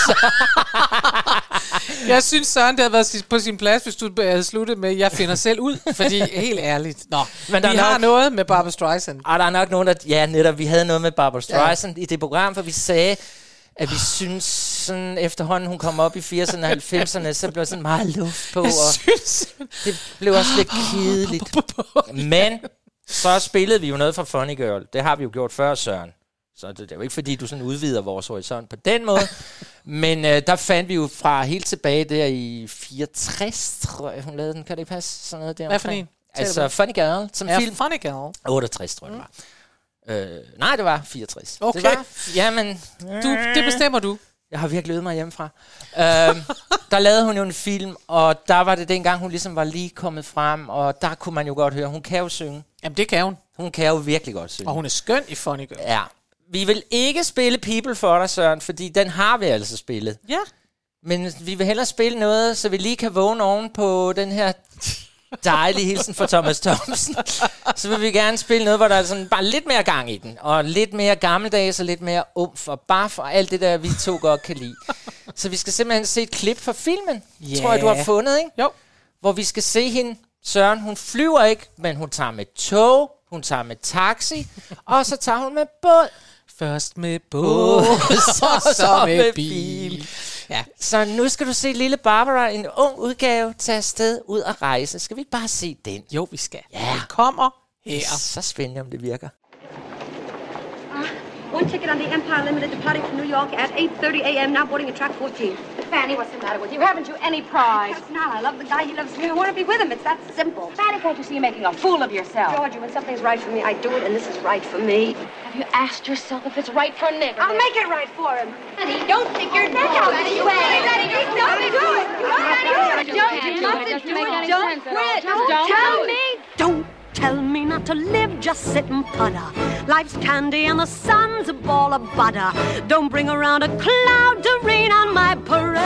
Jeg synes, Søren, det havde været på sin plads, hvis du havde sluttet med, jeg finder selv ud, fordi helt ærligt. Nå, men der vi har nok, noget med Barbra Streisand. Og der er nok nogen, der... Ja, netop, vi havde noget med Barbra Streisand ja. i det program, for vi sagde, at vi synes, sådan efterhånden hun kom op i firserne og halvfemserne, så blev sådan meget luft på, og det blev også lidt kedeligt. Men så spillede vi jo noget fra Funny Girl. Det har vi jo gjort før, Søren. Så det, det er jo ikke, fordi du sådan udvider vores horisont på den måde. Men øh, der fandt vi jo fra helt tilbage der i fireogtres, tror jeg, hun lavede den. Kan det passe? Sådan noget der. Hvad for en? Altså Funny Girl som ja, film. Funny Girl. otteogtres, tror jeg, mm. det var. Øh, nej, det var fireogtres. Okay. Det var, jamen, du, det bestemmer du. Jeg har virkelig øvet mig hjemmefra. øh, der lavede hun jo en film, og der var det dengang, hun ligesom var lige kommet frem, og der kunne man jo godt høre, hun kan jo synge. Jamen, det kan hun. Hun kan jo virkelig godt synge. Og hun er skøn i Funny Girl. Ja. Vi vil ikke spille People for dig, Søren, fordi den har vi altså spillet. Ja. Men vi vil hellere spille noget, så vi lige kan vågne oven på den her dejlige hilsen fra Thomas Thomsen. Så vil vi gerne spille noget, hvor der er sådan bare lidt mere gang i den, og lidt mere gammeldags, og lidt mere umf og baf, og alt det der, vi to godt kan lide. Så vi skal simpelthen se et klip fra filmen, yeah. tror jeg, du har fundet, ikke? Jo. Hvor vi skal se hende. Søren, hun flyver ikke, men hun tager med tog, hun tager med taxi, og så tager hun med båd. Først med båd, så, så med bil. Ja. Så nu skal du se lille Barbara, en ung udgave, tage afsted ud og rejse. Skal vi ikke bare se den? Jo, vi skal. Ja. Vi kommer her. Så spændende, om det virker. One ticket on the Empire Limited departing from New York at eight thirty a.m. Now boarding at track fourteen. Fanny, what's the matter with you? Haven't you any pride? Captain Al, I love the guy. He loves me. I want to be with him. It's that simple. Fanny, can't you see you're making a fool of yourself? Georgia, when something's right for me, I do it, and this is right for me. Have you asked yourself if it's right for Nick? I'll make it right for him. Fanny, don't stick your neck out this way. Don't do it. Don't do it. Don't do it. Don't quit. Don't tell me. Don't tell me not to live, just sit and putter. Life's candy and the sun's a ball of butter. Don't bring around a cloud to rain on my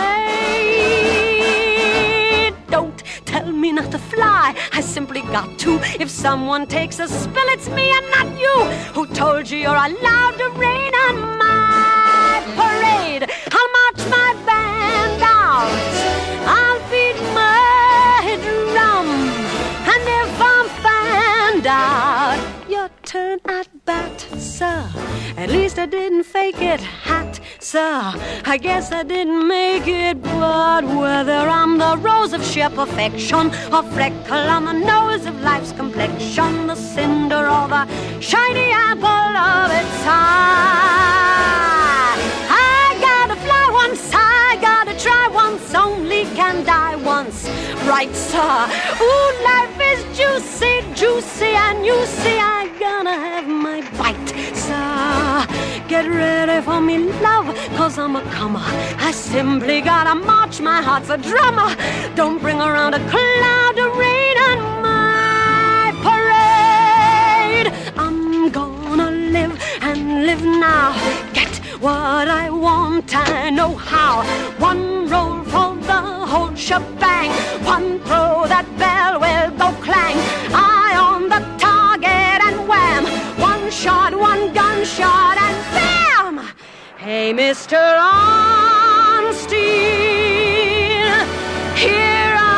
parade. Don't tell me not to fly, I simply got to. If someone takes a spill, it's me and not you. Who told you you're allowed to rain on my parade? I'll march my band out, I'll beat my drum, and if I'm found out, your turn at bat, sir. At least I didn't fake it, hat, sir. I guess I didn't make it, but whether I'm the rose of sheer perfection or freckle on the nose of life's complexion, the cinder or the shiny apple of its eye, I gotta fly once, I gotta try once, only can die once, right, sir? Ooh, life is juicy, juicy, and you see I gonna have my bite, sir. Get ready for me, love, cause I'm a comer. I simply gotta march, my heart's a drummer. Don't bring around a cloud to rain on my parade. I'm gonna live and live now. Get what I want, I know how. One roll for the whole shebang. One throw, that bell will go clang. Eye on the target and wham. One shot, one gunshot and bam! Hey, Mister Ornstein, here I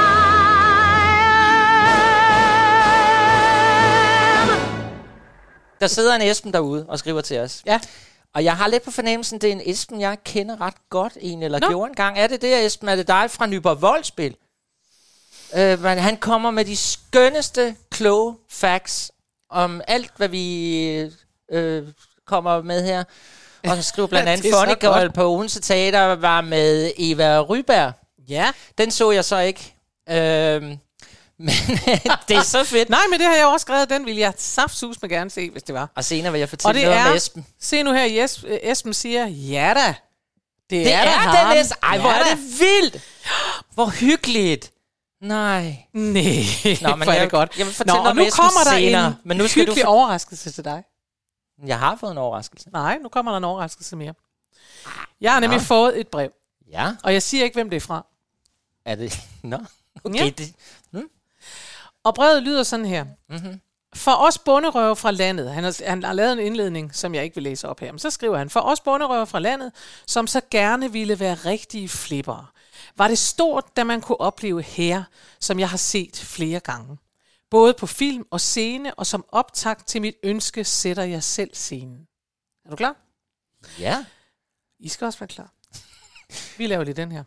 am. Der sidder en Esben derude og skriver til os. Ja. Og jeg har lidt på fornemmelsen, det er en Esben, jeg kender ret godt en, eller no. gjorde en gang. Er det det, Esben? Er det dig fra Nyborg Voldspil? Øh, men han kommer med de skønneste, kloge facts om alt, hvad vi øh, kommer med her. Og så skriver blandt andet, Funny Girl på Odense Teater var med Eva Ryberg. Ja. Den så jeg så ikke. Øh, Men det er så fedt. Nej, men det har jeg også skrevet. Den ville jeg saftsus med gerne se, hvis det var. Og senere vil jeg fortælle noget om Esben. Se nu her, Jes, Esben siger, ja da. Det, det er, er, er den Esben. Ej, ja, hvor er da. det vildt. Hvor hyggeligt. Nej. Nej, Nå, men for er jeg, det godt. Jeg vil fortælle Nå, noget og nu om Esben kommer der senere. en Men nu skal hyggelig du for... overraskelse til dig. Jeg har fået en overraskelse. Nej, nu kommer der en overraskelse mere. Jeg har nemlig Nå. fået et brev. Ja. Og jeg siger ikke, hvem det er fra. Er det? Nå. Okay. Ja. Det. Hmm? Og brevet lyder sådan her. Mm-hmm. For os bonderøver fra landet, han har, han har lavet en indledning, som jeg ikke vil læse op her, men så skriver han, for os bonderøver fra landet, som så gerne ville være rigtige flippere, var det stort, da man kunne opleve her, som jeg har set flere gange. Både på film og scene, og som optakt til mit ønske, sætter jeg selv scenen. Er du klar? Ja. I skal også være klar. Vi laver lige den her.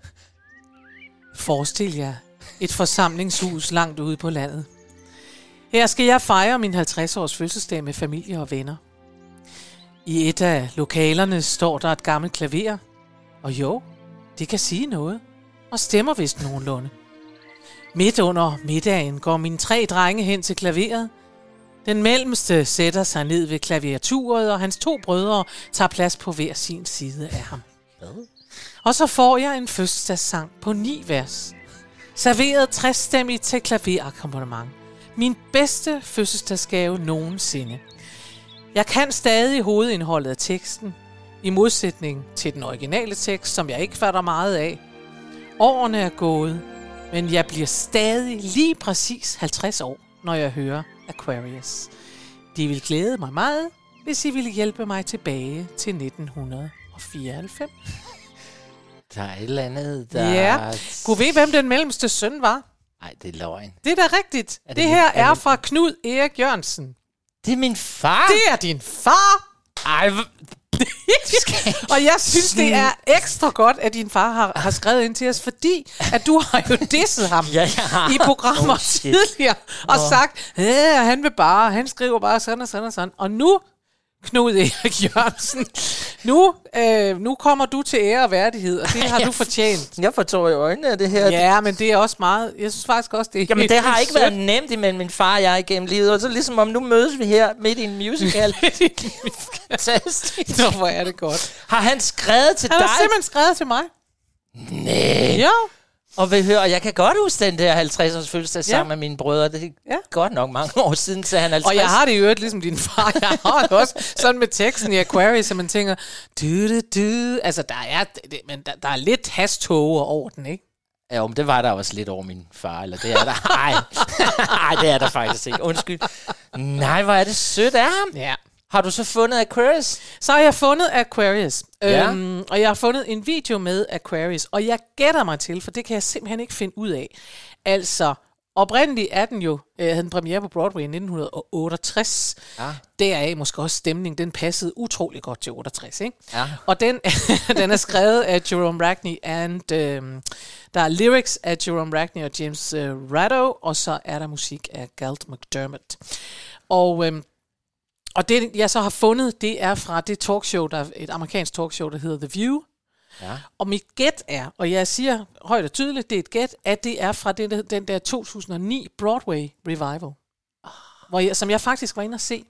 Forestil jer et forsamlingshus langt ude på landet. Her skal jeg fejre min halvtreds års fødselsdag med familie og venner. I et af lokalerne står der et gammelt klaver. Og jo, det kan sige noget. Og stemmer vist nogenlunde. Midt under middagen går mine tre drenge hen til klaveret. Den mellemste sætter sig ned ved klaviaturet, og hans to brødre tager plads på hver sin side af ham. Og så får jeg en fødselsdagssang på ni vers. Serveret trestemmigt til klaverakkompagnement. Min bedste fødselsdagsgave nogensinde. Jeg kan stadig hovedindholdet af teksten, i modsætning til den originale tekst, som jeg ikke fatter meget af. Årene er gået, men jeg bliver stadig lige præcis halvtreds år, når jeg hører Aquarius. De vil glæde mig meget, hvis I ville hjælpe mig tilbage til nitten fireoghalvfems. Der er et eller andet, der... Ja. Kunne vi hvem den mellemste søn var? Nej, det er løgn. Det er da rigtigt. Er det det min- her er er det- fra Knud Erik Jørgensen. Det er min far? Det er din far! Ej, hvor... Og jeg synes, det er ekstra godt, at din far har, har skrevet ind til os, fordi at du har jo disset ham Ja, jeg har. i programmer Oh, oh, shit. tidligere, og Nå. sagt, ja, han vil bare, han skriver bare sådan og sådan og sådan. Og nu, Knud Erik Jørgensen, nu, øh, nu kommer du til ære og værdighed, og det har du fortjent. Jeg får tår i øjnene af det her. Ja, men det er også meget, jeg synes faktisk også, det er Jamen, helt det har ikke sødt. været nemt imellem min far og jeg igennem livet. Og så ligesom om, nu mødes vi her midt i en musical. Fantastisk. Nå, hvor er det godt. Har han skrevet til Han dig? har simpelthen skrevet til mig. Nej. Ja. Og vil høre, og jeg kan godt huske den der halvtreds års fødselsdag sammen Ja. med mine brødre. Det er Ja. godt nok mange år siden, så han er halvtreds. Og jeg har det i øvrigt ligesom din far. Jeg har det også sådan med teksten i Aquarius, så man tænker, du, du, du. Altså, der er, det, men der, der er lidt haståge over den, ikke? Ja, men det var der også lidt over min far, eller det er der. Ej, Ej det er der faktisk ikke. Undskyld. Nej, hvor er det sødt af ham. Ja. Har du så fundet Aquarius? Så har jeg fundet Aquarius, Ja. øhm, og jeg har fundet en video med Aquarius, og jeg gætter mig til, for det kan jeg simpelthen ikke finde ud af. Altså, oprindeligt er den jo, øh, havde den premiere på Broadway i nitten otteogtres. Ja. Deraf måske også stemningen, den passede utrolig godt til otteogtres, ikke? Ja. Og den, den er skrevet af Jerome Ragney, and øhm, der er lyrics af Jerome Ragney og James øh, Rado, og så er der musik af Galt McDermott. Og... Øhm, Og det, jeg så har fundet, det er fra det talkshow, der er et amerikansk talkshow, der hedder The View. Ja. Og mit gæt er, og jeg siger højt og tydeligt, det er et gæt, at det er fra den der, den der to tusind og ni Broadway Revival, hvor jeg, som jeg faktisk var inde at se.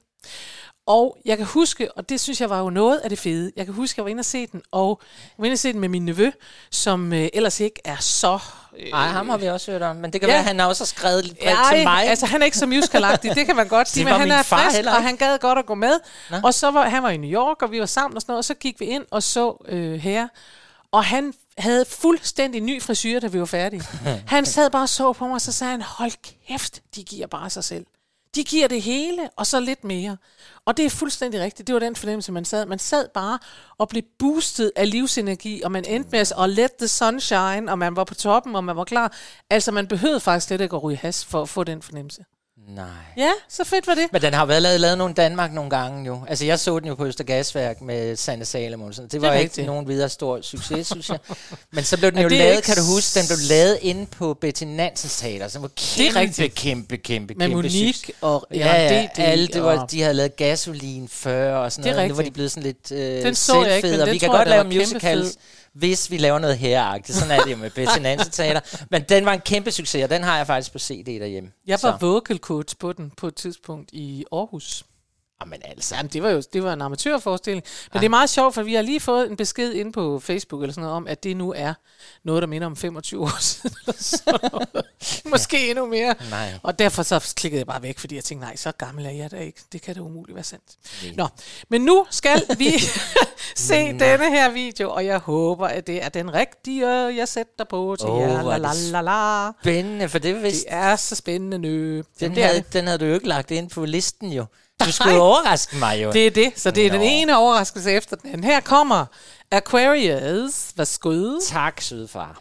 Og jeg kan huske, og det synes jeg var jo noget af det fede, jeg kan huske, jeg var inde at se den, og jeg var inde at se den med min nevø, som øh, ellers ikke er så... Nej, ham har vi også hørt om, men det kan Ja. være, at han også har skrevet lidt brev Ja, til mig. altså han er ikke så musicalagtig, det kan man godt sige, Det men var han min er far frisk, heller og ikke. han gad godt at gå med. Nå. Og så var han var i New York, og vi var sammen og sådan noget, og så gik vi ind og så øh, her, og han havde fuldstændig ny frisyr, da vi var færdige. Han sad bare og så på mig, og så sagde han, hold kæft, de giver bare sig selv. De giver det hele, og så lidt mere. Og det er fuldstændig rigtigt. Det var den fornemmelse, man sad. Man sad bare og blev boostet af livsenergi, og man endte med at let the sun shine, og man var på toppen, og man var klar. Altså, man behøvede faktisk slet ikke at ryge has for at få den fornemmelse. Nej. Ja, så fedt var det. Men den har været lavet, lavet nogle i Danmark nogle gange jo. Altså jeg så den jo på Østergasværk med Sanne Salomonsen. Det var Det er ikke rigtigt. nogen videre stor succes, synes jeg. Men så blev den Ja, jo det er lavet, ikke kan du huske, den blev lavet inde på Betty Nansens Teater, som var kæmpe, rigtigt. kæmpe, kæmpe, Med kæmpe Monique succes. og ja, ja, Jørgen D D alle, det var, og- de havde lavet Gasolin før og sådan Det er noget. Nu var de rigtigt. blevet sådan lidt øh, Den så jeg ikke, men selvfede, og den vi kan tror jeg, godt der lave var kæmpe musicals fed. hvis vi laver noget herreagtigt. Sådan er det jo med Betty Nansen Teater. Men den var en kæmpe succes, og den har jeg faktisk på C D derhjemme. Jeg var så. vocal coach på den på et tidspunkt i Aarhus. Jamen altså. Jamen, det var jo det var en amatørforestilling. Men ja. Det er meget sjovt, for vi har lige fået en besked ind på Facebook eller sådan noget om, at det nu er noget, der minder om femogtyve år siden. Måske ja. endnu mere. Nej. Og derfor så klikkede jeg bare væk, fordi jeg tænkte, nej, så gammel er jeg da ikke. Det kan da umuligt være sandt. Nej. Nå, men nu skal vi se denne her video, og jeg håber, at det er den rigtige, jeg sætter på til oh, jer. La, la, la, la. Spændende, for det, vist... det er så spændende nø. Den, havde, den havde du jo ikke lagt ind på listen jo. Du skulle overraske mig jo. Det er det, så det er Nå. den ene overraskelse efter den anden. Her kommer Aquarius. Værsgo. Tak, sødfar.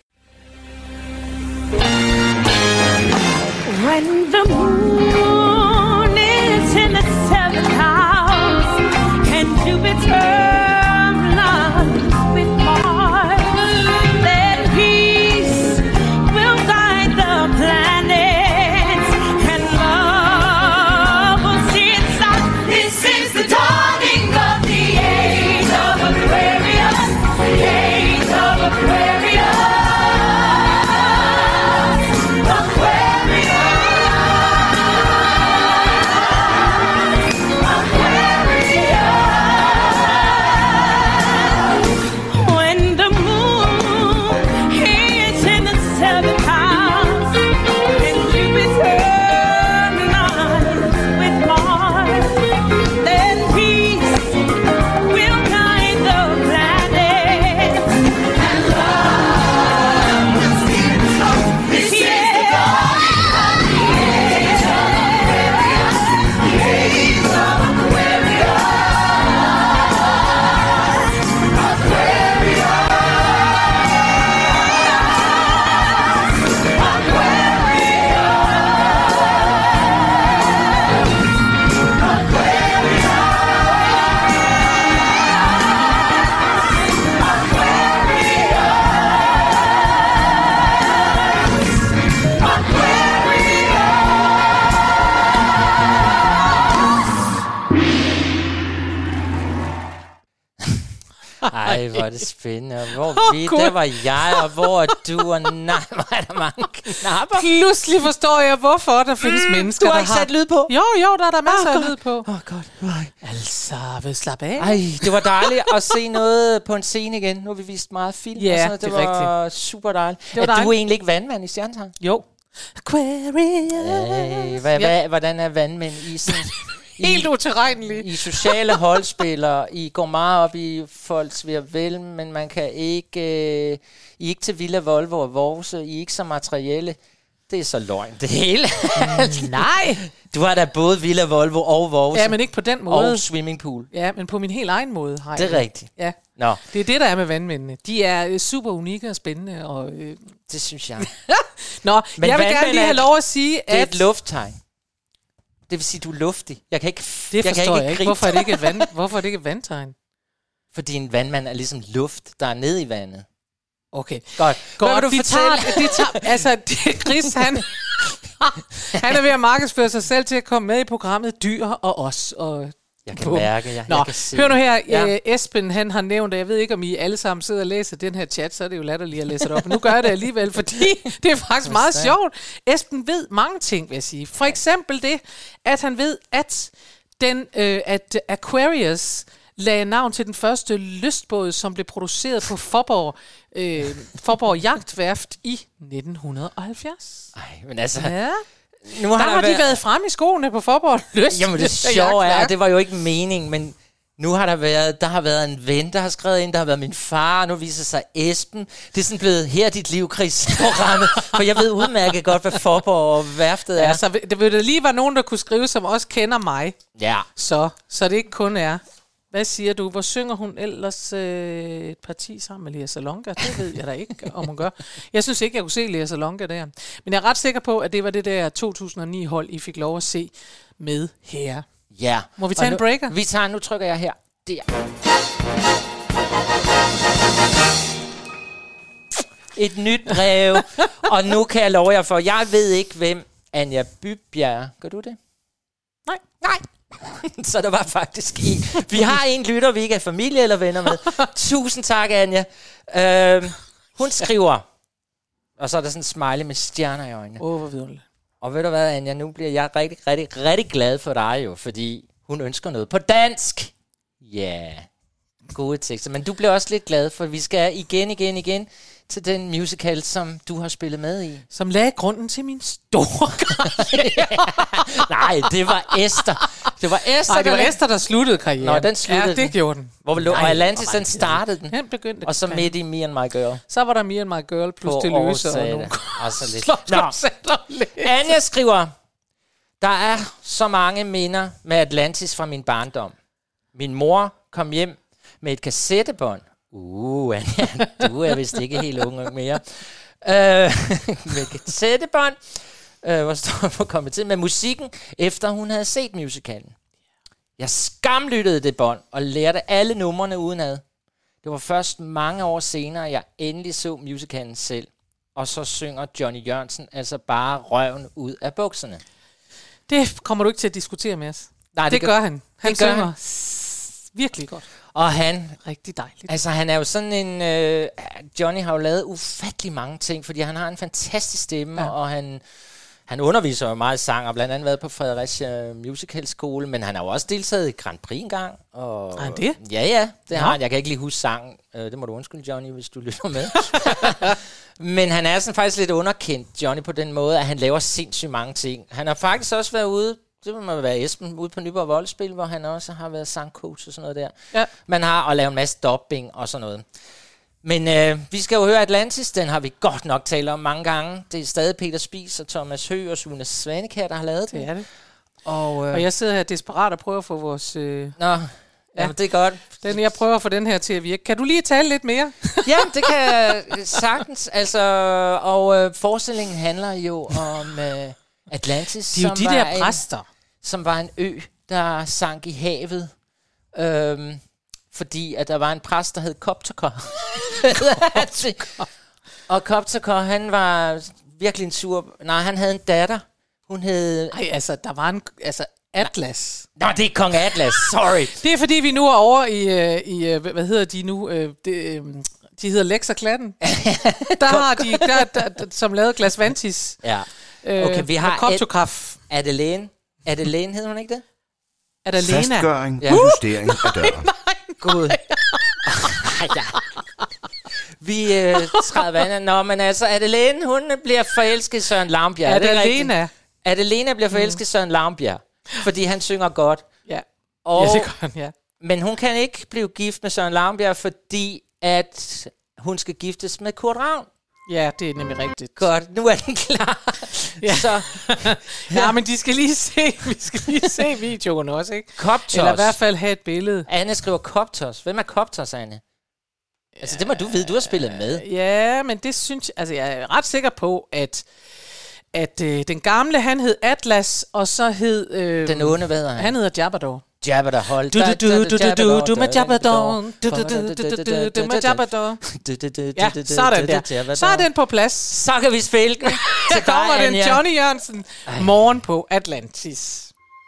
When the moon is in the seventh house and Jupiter aligns with Mars, then peace will guide the planets and love will see its sun. This is the dawning of the age of Aquarius, the age of Aquarius. Ej, hvor er det spændende. Hvor oh, vi, der var jeg, og hvor er du, og nej, hvor er der mange knapper. Pludselig forstår jeg, hvorfor der findes mm, mennesker, der har... Du har ikke sat lyd på? Jo, jo, der er der masser oh, af lyd på. Åh, oh, godt. Altså, vil slappe af. Ej, det var dejligt at se noget på en scene igen. Nu har vi vist meget film. Ja, og sådan, det, det var er rigtigt. super dejligt. Det var er dejligt. du egentlig ikke vandmand i Stjernetegn? Jo. Aquarius. Ej, hvad, ja. hvad, hvordan er vandmænd i sådan... Helt utilregnelige. I sociale holdspillere. I går meget op i folks ved at vel, men man kan ikke... Øh, I er ikke til Villa Volvo og Vorse. I er ikke så materielle. Det er så løgn, det hele. Nej. Du har da både Villa Volvo og Vorse. Ja, men ikke på den måde. Og swimmingpool. Ja, men på min helt egen måde. Har det er jeg. rigtigt. Ja. Nå. Det er det, der er med vandmændene. De er super unikke og spændende. Og, øh... det synes jeg. Nå, men jeg vil gerne lige have lov at sige, at... Det er at... et lufttegn. Det vil sige, du er luftig. Jeg kan ikke Det jeg forstår kan ikke jeg ikke. Hvorfor er det ikke et, vand, hvorfor er det ikke et vandtegn? Fordi en vandmand er ligesom luft, der er nede i vandet. Okay. Godt. Godt, Hvad vil du de fortælle? Tager, de tager, altså, det, Chris, han, han er ved at markedsføre sig selv til at komme med i programmet Dyr og Os. Og jeg kan mærke, jeg, Nå, jeg kan se. Hør nu her, ja. øh, Esben, han har nævnt, og jeg ved ikke, om I alle sammen sidder og læser den her chat, så er det jo latterligt at læse det op. Men nu gør jeg det alligevel, fordi det er faktisk meget sjovt. Esben ved mange ting, vil jeg sige. For eksempel det, at han ved, at, den, øh, at Aquarius lagde navn til den første lystbåd, som blev produceret på Fåborg, øh, Fåborg Jagtværft i nitten halvfjerds. Ej, men altså... Ja. Nu har der der har de været... været frem i skoene på Fåborg Lyst. Jamen det sjove er, det var jo ikke meningen, men nu har der været, der har været en ven, der har skrevet ind, der har været min far, og nu viser sig Esben. Det er sådan blevet her dit liv, Chris, programmet, for jeg ved udmærket godt, hvad Fåborg og værftet er. Ja, så det vil det lige være nogen, der kunne skrive, som også kender mig. Ja. Så, så det ikke kun er. Hvad siger du? Hvor synger hun ellers øh, et parti sammen med Lea Salonga? Det ved jeg da ikke, om hun gør. Jeg synes ikke, jeg kunne se Lea Salonga der. Men jeg er ret sikker på, at det var det der to tusind og ni-hold, I fik lov at se med her. Ja. Må vi tage nu, en breaker? Vi tager, nu trykker jeg her. Der. Et nyt brev. Og nu kan jeg love jer for, jeg ved ikke, hvem Anja Bybjerg. Gør du det? Nej. Nej. Så der var faktisk en. Vi har en lytter, vi ikke er familie eller venner med. Tusind tak, Anja. Øh, hun skriver, og så er der sådan en smiley med stjerner i øjnene. Åh, oh, hvor vidunderligt. Og ved du hvad, Anja, nu bliver jeg rigtig, rigtig, rigtig glad for dig jo, fordi hun ønsker noget på dansk. Ja, yeah. Gode tekster. Men du bliver også lidt glad, for vi skal igen, igen, igen til den musical, som du har spillet med i. Som lagde grunden til min store karriere. Nej, det var Esther. Det var Esther, Nej, det var der Esther, der sluttede karrieren. Nå, den sluttede Ja, det gjorde den. Hvor lå, og Atlantis, den startede den. Den begyndte og så midt i Me and My Girl. Så var der Me and My Girl plus det løse og nogle og så lidt. Nå, Anja skriver, der er så mange minder med Atlantis fra min barndom. Min mor kom hjem med et kassettebånd. Uh, Anja, du er vist ikke helt unge mere. Uh, med et kassettebånd, uh, hvor står på kommet til med musikken, efter hun havde set musicalen. Jeg skamlyttede det bånd og lærte alle numrene udenad. Det var først mange år senere, jeg endelig så musicalen selv. Og så synger Johnny Jørgensen altså bare røven ud af bukserne. Det kommer du ikke til at diskutere med os. Nej, det, det det gør gør han. Han det gør synger han. virkelig godt. Og han... Rigtig dejligt. Altså, han er jo sådan en... Øh, Johnny har jo lavet ufattelig mange ting, fordi han har en fantastisk stemme, ja. og han... Han underviser jo meget sang, og blandt andet været på Fredericia Musical Skole, men han har jo også deltaget i Grand Prix en gang. Og har han det? Ja, ja, det Nå. har han. Jeg kan ikke lige huske sangen. Det må du undskylde, Johnny, hvis du lytter med. Men han er sådan faktisk lidt underkendt, Johnny, på den måde, at han laver sindssygt mange ting. Han har faktisk også været ude, det må være Esben, ude på Nyborg Voldspil, hvor han også har været sangcoach og sådan noget der. Ja. Man har og lavet en masse dubbing og sådan noget. Men øh, vi skal jo høre Atlantis, den har vi godt nok talt om mange gange. Det er stadig Peter Spies og Thomas Høgh og Sune Svanekær, der har lavet det. Det er det. Og, øh, og jeg sidder her desperat og prøver at få vores... Øh, Nå, ja, jamen, det er godt. Den, jeg prøver at få den her til at virke. Kan du lige tale lidt mere? Ja, det kan jeg sagtens. Altså, og øh, forestillingen handler jo om øh, Atlantis, de er jo som, de var der præster. En, som var en ø, der sank i havet. Øhm, fordi at der var en præst, der hed Koptakor. Og Koptakor, han var virkelig en sur... Nej, han havde en datter. Hun hed... Nej, altså, der var en... Altså, Atlas. Nå, det er Kong Atlas, sorry. Det er fordi, vi nu er over i... i hvad hedder de nu? Det, de hedder Lex og Klatten. Der har de... Der, der, der, som lavede Glasvantis. Ja. Okay, vi har... Koptograf. Adelaine. Adelaine hed hun ikke det? Adalena. Fastgøring Ja. og justering af døren. Gud. Ja. Vi øh, træder vandet. Nå, men altså, Adelaine, hun bliver forelsket i Søren Larmbjerg. Adelena. Adelena bliver forelsket i Søren Larmbjerg, fordi han synger godt. Ja, og, ja det gør han, ja. Men hun kan ikke blive gift med Søren Larmbjerg, fordi at hun skal giftes med Kurt Ravn. Ja, det er nemlig rigtigt. Godt, nu er den klar. Ja. Så, ja, men de skal lige se, vi skal lige se videoen også, ikke? Koptos. Eller i hvert fald have et billede. Anne skriver Koptos. Hvem er Koptos, Anne? Altså, det må du vide, du har spillet med. Ja, men det synes jeg... Altså, jeg er ret sikker på, at... At øh, den gamle, han hed Atlas, og så hed... Øh, den onde, hvad hedder han? Han hedder Jabador. Jabador, hold. Du, du, du, du, du, du, du med Jabador. Du, du, du, du, du, du med Jabador. Ja, sådan der. Så er den på plads. Så kan vi spille den. Her kommer den Johnny Jørgensen. Morgen på Atlantis.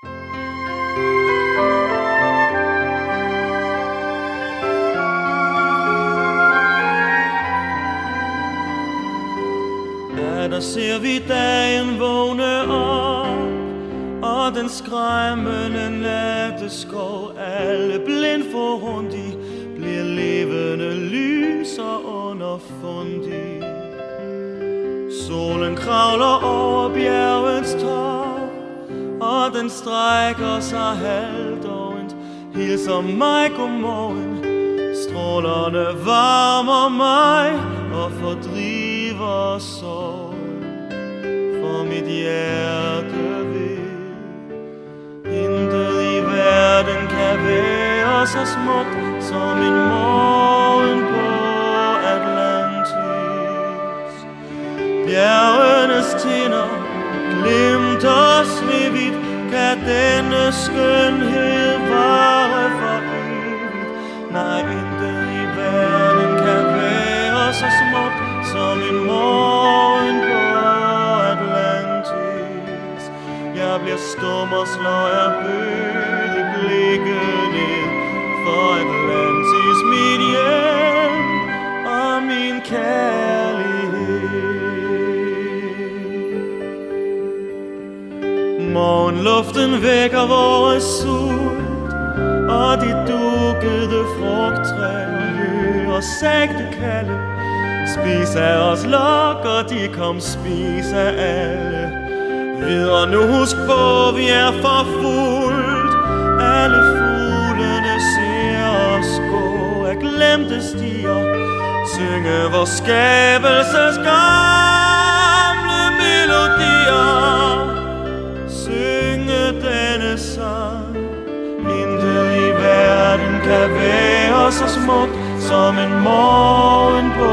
Ja, der ser vi dagen vågne op, og den skræmmende natteskov. Alle blind for rundt i, bliver levende lys og underfundig. Solen kravler over bjergets top, og den strækker sig halvdårent, hilser mig godmorgen. Strålerne varmer mig og fordriver sorg, for mit hjerte ved. Intet i verden kan være så smukt som en morgen på Atlantis. Bjergenes tinder glimter snehvidt, kan denne skønhed vare for evigt. Nej, intet i verden kan være så smukt som en morgen på Atlantis. Jeg bliver stum og slår af bøg Morgenluften vækker vores sult, og de dukkede frugttræer hører sagte kalde. Spis af os lokker, de kom spis af alle. Videre nu husk på, vi er for fuldt. Alle fuglene ser os gå af glemte stier. Synge vores skabelses gamle melodier. Synge denne sang. Intet i verden kan være så smukt som en morgen på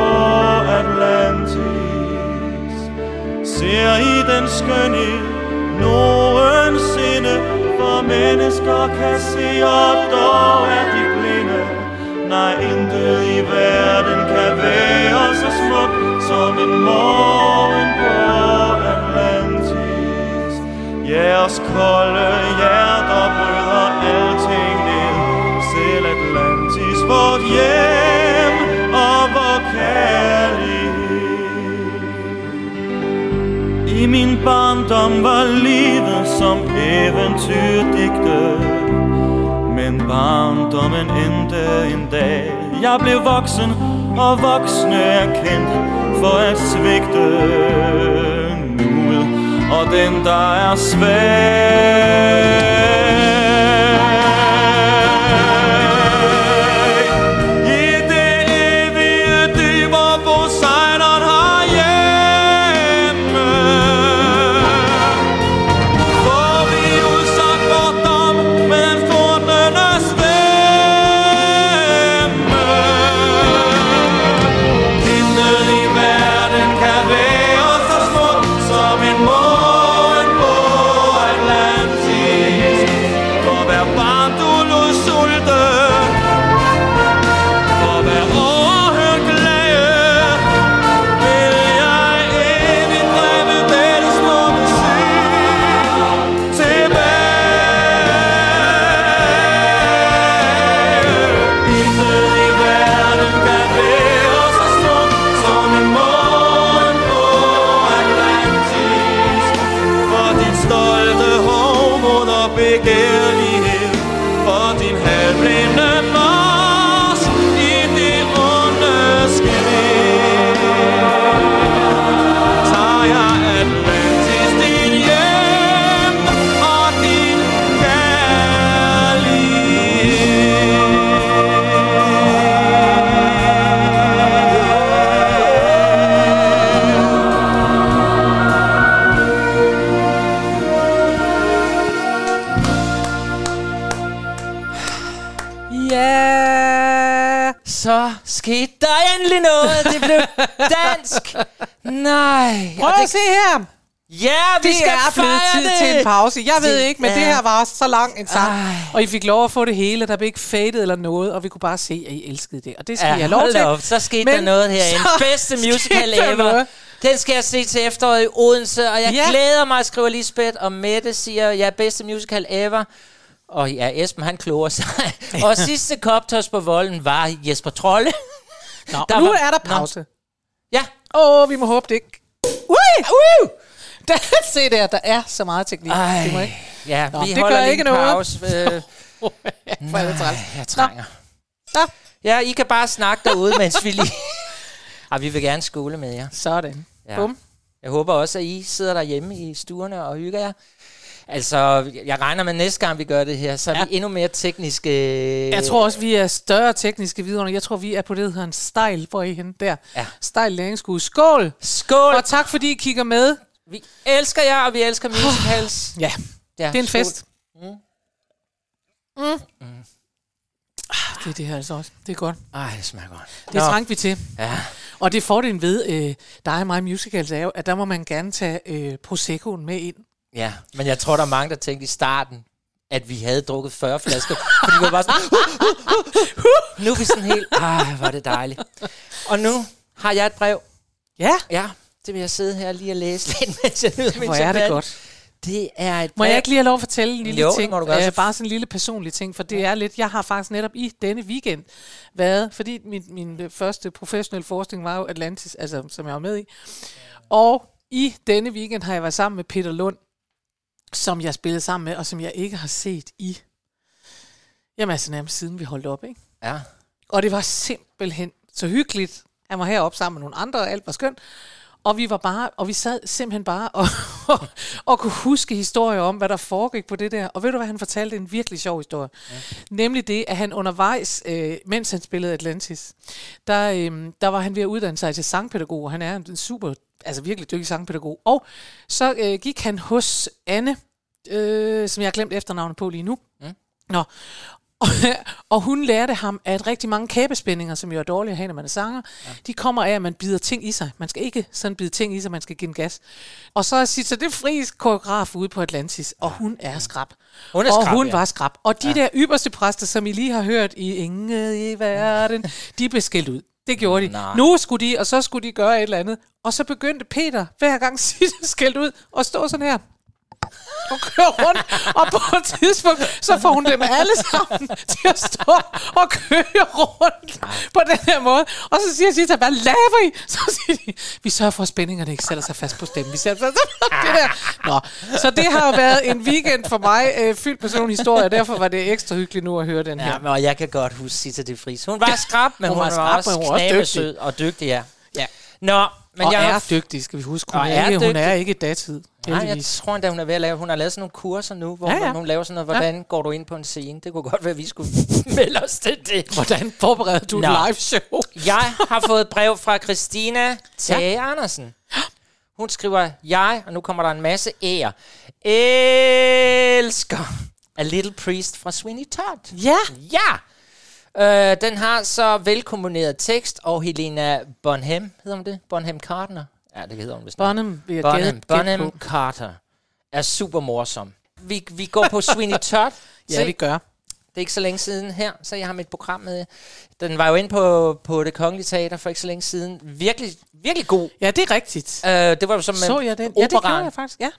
Atlantis. Ser I den skønhed nogensinde, for mennesker kan se, og dog er de blinde. Nej, intet i verden kan være så smukt som en morgen på Atlantis. Jeres kolde hjerter bryder alting ned. Selv Atlantis, vort hjem og vor kærlighed. I min barndom var livet som eventyrdigte, men barndommen endte en dag. Jeg blev voksen, og voksne er kendt for at svigte. Nuet og den der er svag. Skete der endelig noget? Det blev dansk. Nej. Prøv at se her. Ja, vi det skal er blevet tid det. til en pause. Jeg ved det, ikke, men ja. det her var så lang en sang. Ej. Og I fik lov at få det hele. Der blev ikke fadet eller noget. Og vi kunne bare se, at I elskede det. Og det skal Ja, I have lov til. op. Så skete men der noget herinde. Bedste musical ever. Noget. Den skal jeg se til efteråret i Odense. Og jeg ja. glæder mig, skriver Lisbeth. Og Mette siger, ja, bedste musical ever. Og ja, Esben han kloger sig. Og sidste koptos på volden var Jesper Trolle. Nå, der nu var, er der pause. Nå. Ja. Åh, vi må håbe det ikke. Ui! Ui! Der, se der, der er så meget teknik. Ej, det må ikke. Ja, Nå, vi det holder gør lige ikke en noget. pause. Øh, Nej, jeg trænger. Nå. Nå. Ja, I kan bare snakke derude, mens vi lige... Ej, vi vil gerne skole med jer. Sådan. Ja. Bum. Jeg håber også, at I sidder derhjemme i stuerne og hygger jer. Altså, jeg regner med næste gang, vi gør det her, så er ja. vi endnu mere tekniske... Jeg tror også, vi er større tekniske vidunder. Jeg tror, vi er på det, der hedder en style, hvor I er henne der. Ja. Style læringsskue. Skål! Skål! Og tak, fordi I kigger med. Vi elsker jer, og vi elsker musicals. Ja, ja, det er en skål. Fest. Mm. Mm. Mm. Det er det her altså også. Det er godt. Ej, det smager godt. Det trængte vi til. Ja. Og det fordelen ved øh, dig og mig musicals er jo, at der må man gerne tage øh, Proseccoen med ind. Ja, men jeg tror, der er mange, der tænkte i starten, at vi havde drukket fyrre flasker. Fordi vi var bare sådan... nu er vi sådan helt... Ej, hvor er det dejligt. Og nu har jeg et brev. Ja? Ja, det vil jeg sidde her lige og læse lidt, mens jeg nyder min Hvor er det godt. Det er et Må jeg ikke lige have lov at fortælle en lille jo, ting? Må du gøre. Æh, bare sådan en lille personlig ting, for det ja. er lidt... Jeg har faktisk netop i denne weekend været... Fordi min, min første professionelle forskning var jo Atlantis, altså som jeg var med i. Og i denne weekend har jeg været sammen med Peter Lund. som jeg spillede sammen med, og som jeg ikke har set i, jamen altså nærmest siden vi holdt op, ikke? Ja. Og det var simpelthen så hyggeligt. Han var heroppe sammen med nogle andre, og alt var skønt. Og vi var bare, og vi sad simpelthen bare og, og, og kunne huske historier om, hvad der foregik på det der. Og ved du hvad, han fortalte en virkelig sjov historie. Ja. Nemlig det, at han undervejs, øh, mens han spillede Atlantis, der, øh, der var han ved at uddanne sig til sangpædagog, og han er en super, altså virkelig dygtig sangpædagog. Og så øh, gik han hos Anne, øh, som jeg har glemt efternavnet på lige nu. Mm. Nå. Og hun lærte ham, at rigtig mange kæbespændinger, som jo er dårlige at have, når man er sanger, ja. de kommer af, at man bider ting i sig. Man skal ikke sådan bide ting i sig, man skal give en gas. Og så er Sitza de Vries koreograf ude på Atlantis, og hun er skrab. Hun er og skrab, hun ja. var skrab. Og de ja. der ypperste præster, som I lige har hørt i Inget i verden, de blev skældt ud. Det gjorde de. Nej. Nu skulle de, og så skulle de gøre et eller andet. Og så begyndte Peter hver gang Sitza skældt ud, og stå sådan her. Og kører rundt, og på et tidspunkt, så får hun dem alle sammen til at stå og køre rundt på den her måde. Og så siger Sitza, hvad laver I? Så siger de, vi sørger for, at spændingerne ikke sætter sig fast på stemmen. Vi sætter sig det der. Nå. Så det har jo været en weekend for mig, øh, fyldt med sådan nogle historier, og derfor var det ekstra hyggeligt nu at høre den her. Ja, og jeg kan godt huske Sitza de Vries. Hun var skrab, men hun, hun var, skrab, også men hun var knæbesød og dygtig, ja. ja. Nå, men og jeg er har... dygtig, skal vi huske. Hun, og er, er ikke, hun er ikke datid. Nej, jeg tror endda, hun er ved at lave, hun har lavet sådan nogle kurser nu, hvor ja, ja. hun laver sådan noget, hvordan ja. går du ind på en scene. Det kunne godt være, at vi skulle melde os til det. Hvordan forbereder du Nå. et live show? Jeg har fået et brev fra Christina Tage ja. Andersen. Hun skriver, jeg, og nu kommer der en masse ære, elsker A Little Priest fra Sweeney Todd. Ja. Ja. Øh, den har så velkomponeret tekst, og Helena Bonham, hedder hun det? Bonham Carter? Ja, det hedder hun vist. Bonham, vi Bonham, Bonham Carter er super morsom. Vi, vi går på Sweeney Todd. Ja, vi gør. Det er ikke så længe siden her, så jeg har mit program med. Den var jo inde på, på Det Kongelige Teater for ikke så længe siden. Virkelig, virkelig god. Ja, det er rigtigt. Øh, det var jo som så jeg den? Ja, det gjorde jeg faktisk, ja.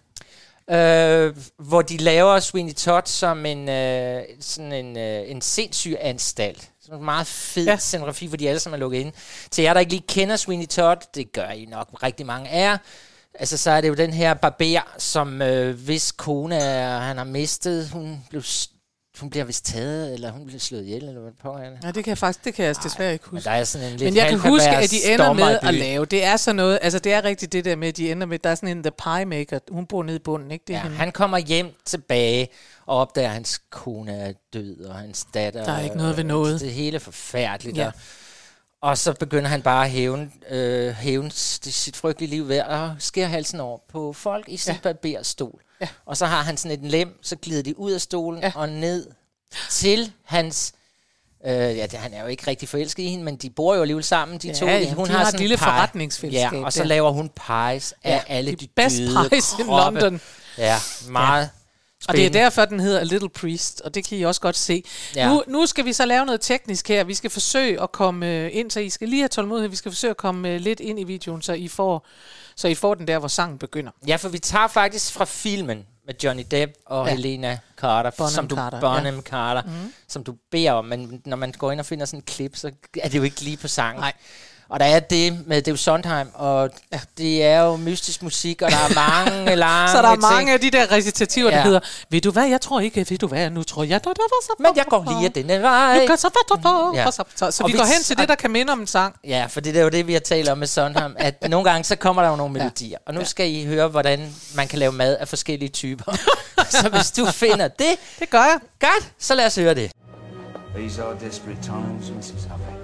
Øh, hvor de laver Sweeney Todd som en, øh, sådan en, øh, en sindssyg anstalt. Sådan en meget fed ja. scenografi, hvor de alle sammen er lukket ind. Til jer, der ikke lige kender Sweeney Todd, det gør I nok rigtig mange af jer. Altså, så er det jo den her barber, som øh, hvis kone er, han har mistet, hun blev hun bliver vist taget, eller hun bliver slået ihjel, eller hvad det pågår. Ja, det kan jeg faktisk, det kan jeg desværre ikke huske. Men der er sådan en lidt Men jeg kan huske, at de ender med at lave. Det er sådan noget, altså det er rigtigt det der med, at de ender med, der er sådan en The Pie Maker, hun bor nede i bunden, ikke? Det ja, hende. Han kommer hjem tilbage, og opdager, at hans kone er død, og hans datter. Der er ikke noget ved noget. Det er hele forfærdeligt. Ja. Og så begynder han bare at hævne, øh, hævne sit frygtelige liv ved at skære halsen over på folk i sin ja. barberstol. Ja. Og så har han sådan et lem, så glider de ud af stolen ja. og ned til hans... Øh, ja, det, han er jo ikke rigtig forelsket i hende, men de bor jo alligevel sammen, de ja, to. Ja, hun de har, har sådan et lille pie. forretningsfællesskab. Ja, og så der. laver hun pies af ja, alle de, de best døde pies in kroppe. London. Ja, meget ja. Og det er derfor, den hedder A Little Priest, og det kan I også godt se. Ja. Nu, nu skal vi så lave noget teknisk her. Vi skal forsøge at komme ind, så I skal lige have tålmodighed. Vi skal forsøge at komme lidt ind i videoen, så I får, så I får den der, hvor sangen begynder. Ja, for vi tager faktisk fra filmen med Johnny Depp og ja. Helena Carter, Bonham som du, Carter, Bonham ja. Carter mm. som du beder om. Men når man går ind og finder sådan en klip, så er det jo ikke lige på sangen. Nej. Og der er det med Dave Sondheim, og ja. det er jo mystisk musik, og der er mange lange Så der er ting. mange af de der recitativer, ja. der hedder, ved du hvad, jeg tror ikke, ved du hvad, nu tror jeg, der var så... Men jeg går lige af denne vej. Så, ja. så, så, så vi, vi går hen til det, der kan minde om en sang. Ja, for det er jo det, vi har talt om med Sondheim, at nogle gange, så kommer der jo nogle melodier, og nu ja. skal I høre, hvordan man kan lave mad af forskellige typer. Så hvis du finder det... Det gør jeg. Godt, så lad os høre det. These are desperate times, missus Hubbard.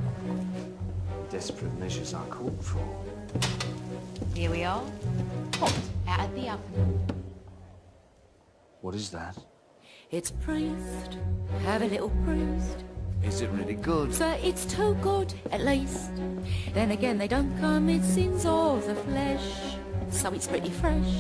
Desperate measures are called for. Here we are. Hot out of the oven. What is that? It's priest. Have a little priest. Is it really good? So it's too good, at least. Then again, they don't commit sins of the flesh. So it's pretty fresh.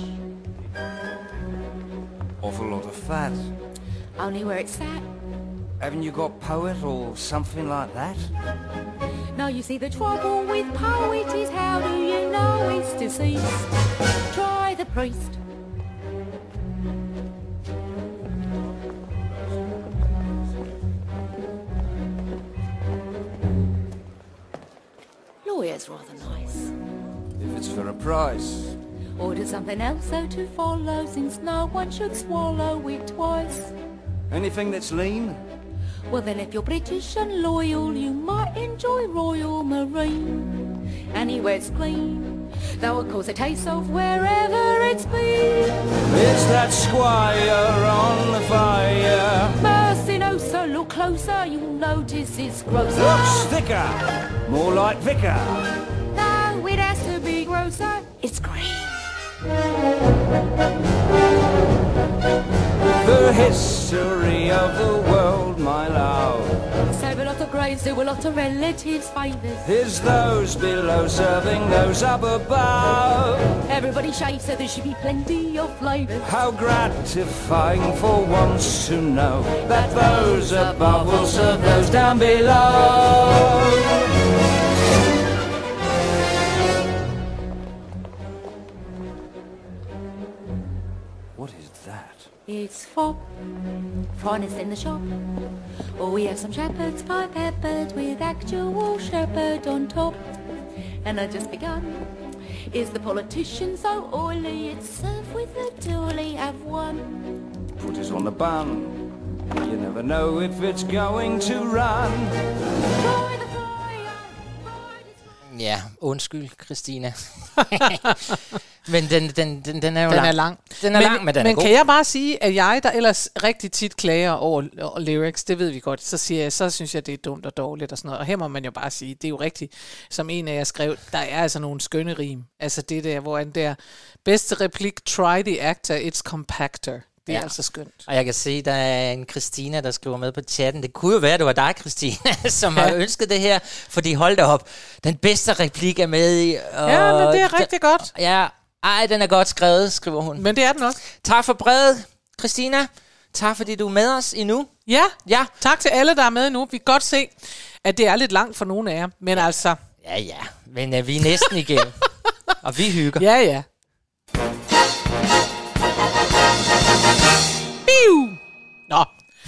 Awful lot of fat. Only where it's at. Haven't you got poet or something like that? No, you see, the trouble with poet is how do you know it's deceased? Try the priest. Lawyer's rather nice. If it's for a price. Order something else so to follow, since no one should swallow it twice. Anything that's lean? Well then, if you're British and loyal, you might enjoy Royal Marine. Anywhere it's clean, though of course it tastes of wherever it's been. It's that squire on the fire. Mercy no sir, look closer, you'll notice it's grosser. Looks thicker, more like vicar. No, it has to be grosser, it's green. The history of the world, my love, Serve a lot of graves, do a lot of relatives' favours. is those below serving those up above. Everybody shaves, so there should be plenty of flavours. How gratifying for once to know that those above will serve those down below. What is that? It's fop, finest in the shop. Oh, we have some shepherd's pie peppered with actual shepherd on top. And I just begun. Is the politician so oily? It's served with a dolly. Have one. Put it on the bun. You never know if it's going to run. Ja, undskyld, Christina. Men den, den, den, den er jo den lang. er lang. Den er men, lang, men den men er god. kan jeg bare sige, at jeg, der ellers rigtig tit klager over, over lyrics, det ved vi godt, så siger jeg, så synes jeg, det er dumt og dårligt og sådan noget. Og her må man jo bare sige, det er jo rigtigt, som en af jer skrev, der er altså nogle skønne rim. Altså det der, hvor den der bedste replik, try the actor, it's compactor. Det er Ja. altså skønt. Og jeg kan se, der er en Christina, der skriver med på chatten. Det kunne jo være, at det var dig, Christina, som ja. har ønsket det her. Fordi hold da op, den bedste replik er med i. Og Ja, men det er rigtig godt. Ja, ej, den er godt skrevet, skriver hun. Men det er den også. Tak for brevet, Christina. Tak fordi du er med os endnu. Ja, ja. Tak til alle, der er med nu. Vi kan godt se, at det er lidt langt for nogle af jer. Men altså... Ja, ja. Men uh, vi er næsten igennem. Og vi hygger. Ja, ja. Biu! Nå.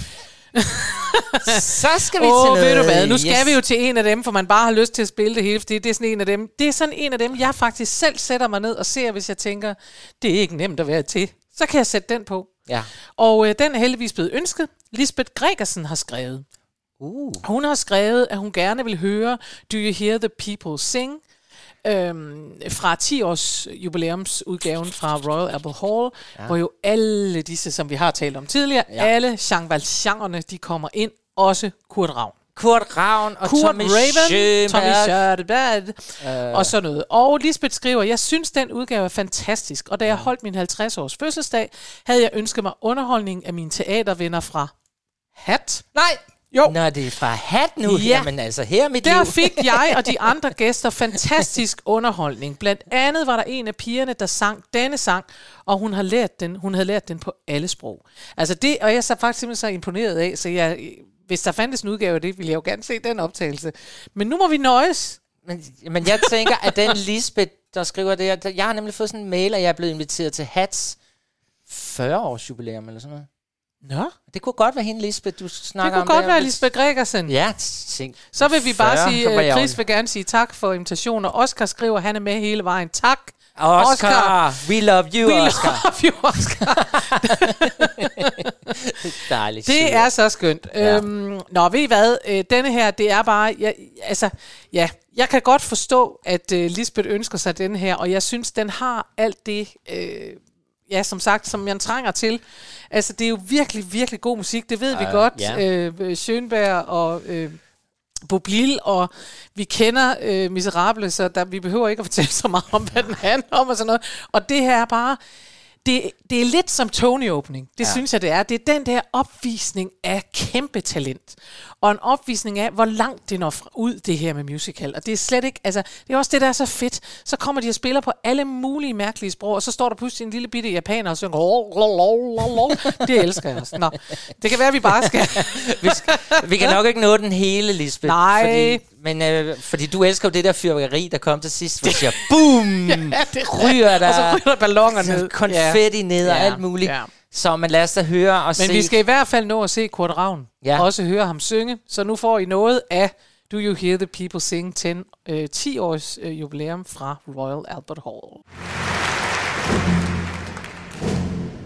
Så skal vi oh, til noget. Ved du hvad, nu skal yes. vi jo til en af dem, for man bare har lyst til at spille det hele, fordi det er sådan en af dem, det er sådan en af dem, jeg faktisk selv sætter mig ned og ser, hvis jeg tænker, det er ikke nemt at være til. Så kan jeg sætte den på. Ja. Og øh, den er heldigvis blevet ønsket. Lisbeth Gregersen har skrevet. Uh. Hun har skrevet, at hun gerne vil høre Do You Hear the People Sing? Øhm, fra ti års jubilæumsudgaven fra Royal Albert Hall, ja. Hvor jo alle disse, som vi har talt om tidligere, ja. alle Jean Valjeanerne, de kommer ind, også Kurt Ravn. Kurt Ravn og Kurt Tommy Raven, Sjøberg. Tommy Sjøberg øh. og sådan noget. Og Lisbeth skriver, jeg synes, den udgave er fantastisk, og da jeg holdt min halvtreds års fødselsdag, havde jeg ønsket mig underholdning af mine teatervenner fra Hat. Nej! Jo. Nå, det er fra Hat nu. Ja. Jamen altså, her er mit Der liv. fik jeg og de andre gæster fantastisk underholdning. Blandt andet var der en af pigerne, der sang denne sang, og hun har lært den. Hun havde lært den på alle sprog. Altså det, og jeg er så faktisk simpelthen så imponeret af, så jeg, hvis der fandtes en udgave af det, ville jeg jo gerne se den optagelse. Men nu må vi nøjes. Men, men jeg tænker, at den Lisbeth, der skriver det her, jeg har nemlig fået sådan en mail, og jeg er blevet inviteret til Hats fyrre års jubilæum eller sådan noget. Nå. Det kunne godt være hende, Lisbeth, du snakker om. Det kunne om godt være Lisbeth Gregersen. Ja, tænk. Så vil vi bare fyrre, sige, så var jeg Chris over. vil gerne sige tak for invitationen, og Oscar skriver, han er med hele vejen. Tak, Oscar. Oscar. We love you, We Oscar. love you, Oscar. Dejligt. Det er så skønt. Ja. Øhm, nå, ved I hvad? Øh, denne her, det er bare... Jeg, altså, ja, jeg kan godt forstå, at øh, Lisbeth ønsker sig den her, og jeg synes, den har alt det... Øh, ja, som sagt, som man trænger til. Altså, det er jo virkelig, virkelig god musik. Det ved uh, vi godt. ja. Øh, Schönberg og... Øh, Boblil, og vi kender øh, Miserable, så der, vi behøver ikke at fortælle så meget om, hvad den handler om og sådan noget. Og det her er bare, det, det er lidt som Tony-opening. Det ja. synes jeg, det er. Det er den der opvisning af kæmpe talent. Og en opvisning af, hvor langt det når ud, det her med musical. Og det er slet ikke, altså, det er også det, der er så fedt. Så kommer de og spiller på alle mulige mærkelige sprog, og så står der pludselig en lille bitte japaner og synger. Det elsker jeg også. Nå, det kan være, at vi bare skal... vi, skal vi kan nok ikke nå den hele, Lisbeth. Nej. Fordi, men, øh, fordi du elsker jo det der fyrværkeri, der kom til sidst, hvor du siger, boom! Ja, det ryger der, og så ryger der balloner ned. Konfetti ja. ned og ja. alt muligt. Ja. Så man lader os da høre og Men se. vi skal i hvert fald nå at se Kurt Ravn. Ja. Og også høre ham synge. Så nu får I noget af Do You Hear the People Sing? ti års øh, jubilæum fra Royal Albert Hall.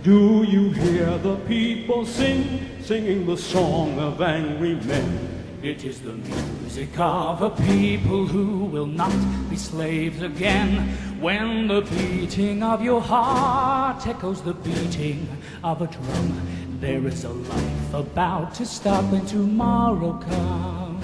Do you hear the people sing, singing the song of angry men? It is the music of a people who will not be slaves again. When the beating of your heart echoes the beating of a drum, there is a life about to start when tomorrow comes.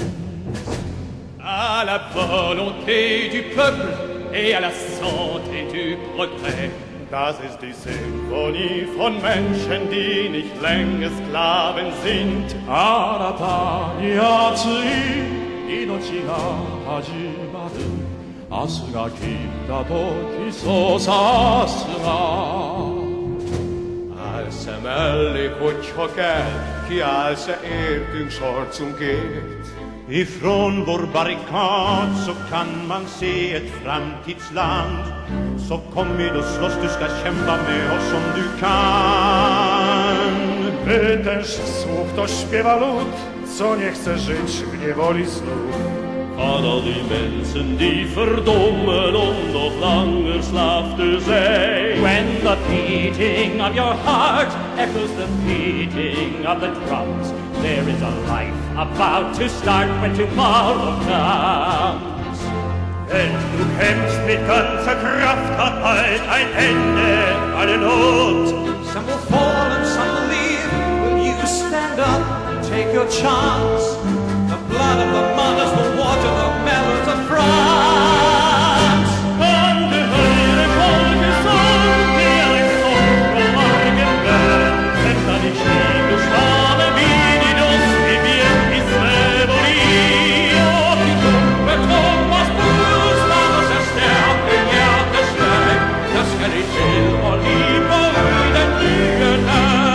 À la volonté du peuple et à la santé du progrès. Das ist die Symphonie von Menschen, die nicht länger Sklaven sind. Arata ni atsui inochi ga hajimaru. Asu ga kita toki so sasu ga. Szemellék, hogyha kell, kiállsz értünk sarcunk ért. Ifrån vår barrikad så kan man se ett framtidsland. Så kom med och slåss, du ska kämpa med oss om du kan. Będziesz słuch to śpiewa lud, co nie chce żyć w niewoli znów. Alla de mensen die verdommen om nog langer slaaf te zijn. When the beating of your heart echoes the beating of the drums, there is a life about to start when tomorrow comes. Wenn du kämpfst mit ganzer Kraft, hat bald ein Ende alle Not. Some will fall and some will leave. Will you stand up and take your chance? The blood of the mothers will water the melons of France. Und die Heile Volkesang, die ein Song vom Morgen wird, setzt an die Stiege Schwane wie die Nuss, wie wir die Slaverie. Und die Truppe Thomas Blues, lass es sterben, ja, das Schweig, das kann ich will und lieber öden Lügen ein.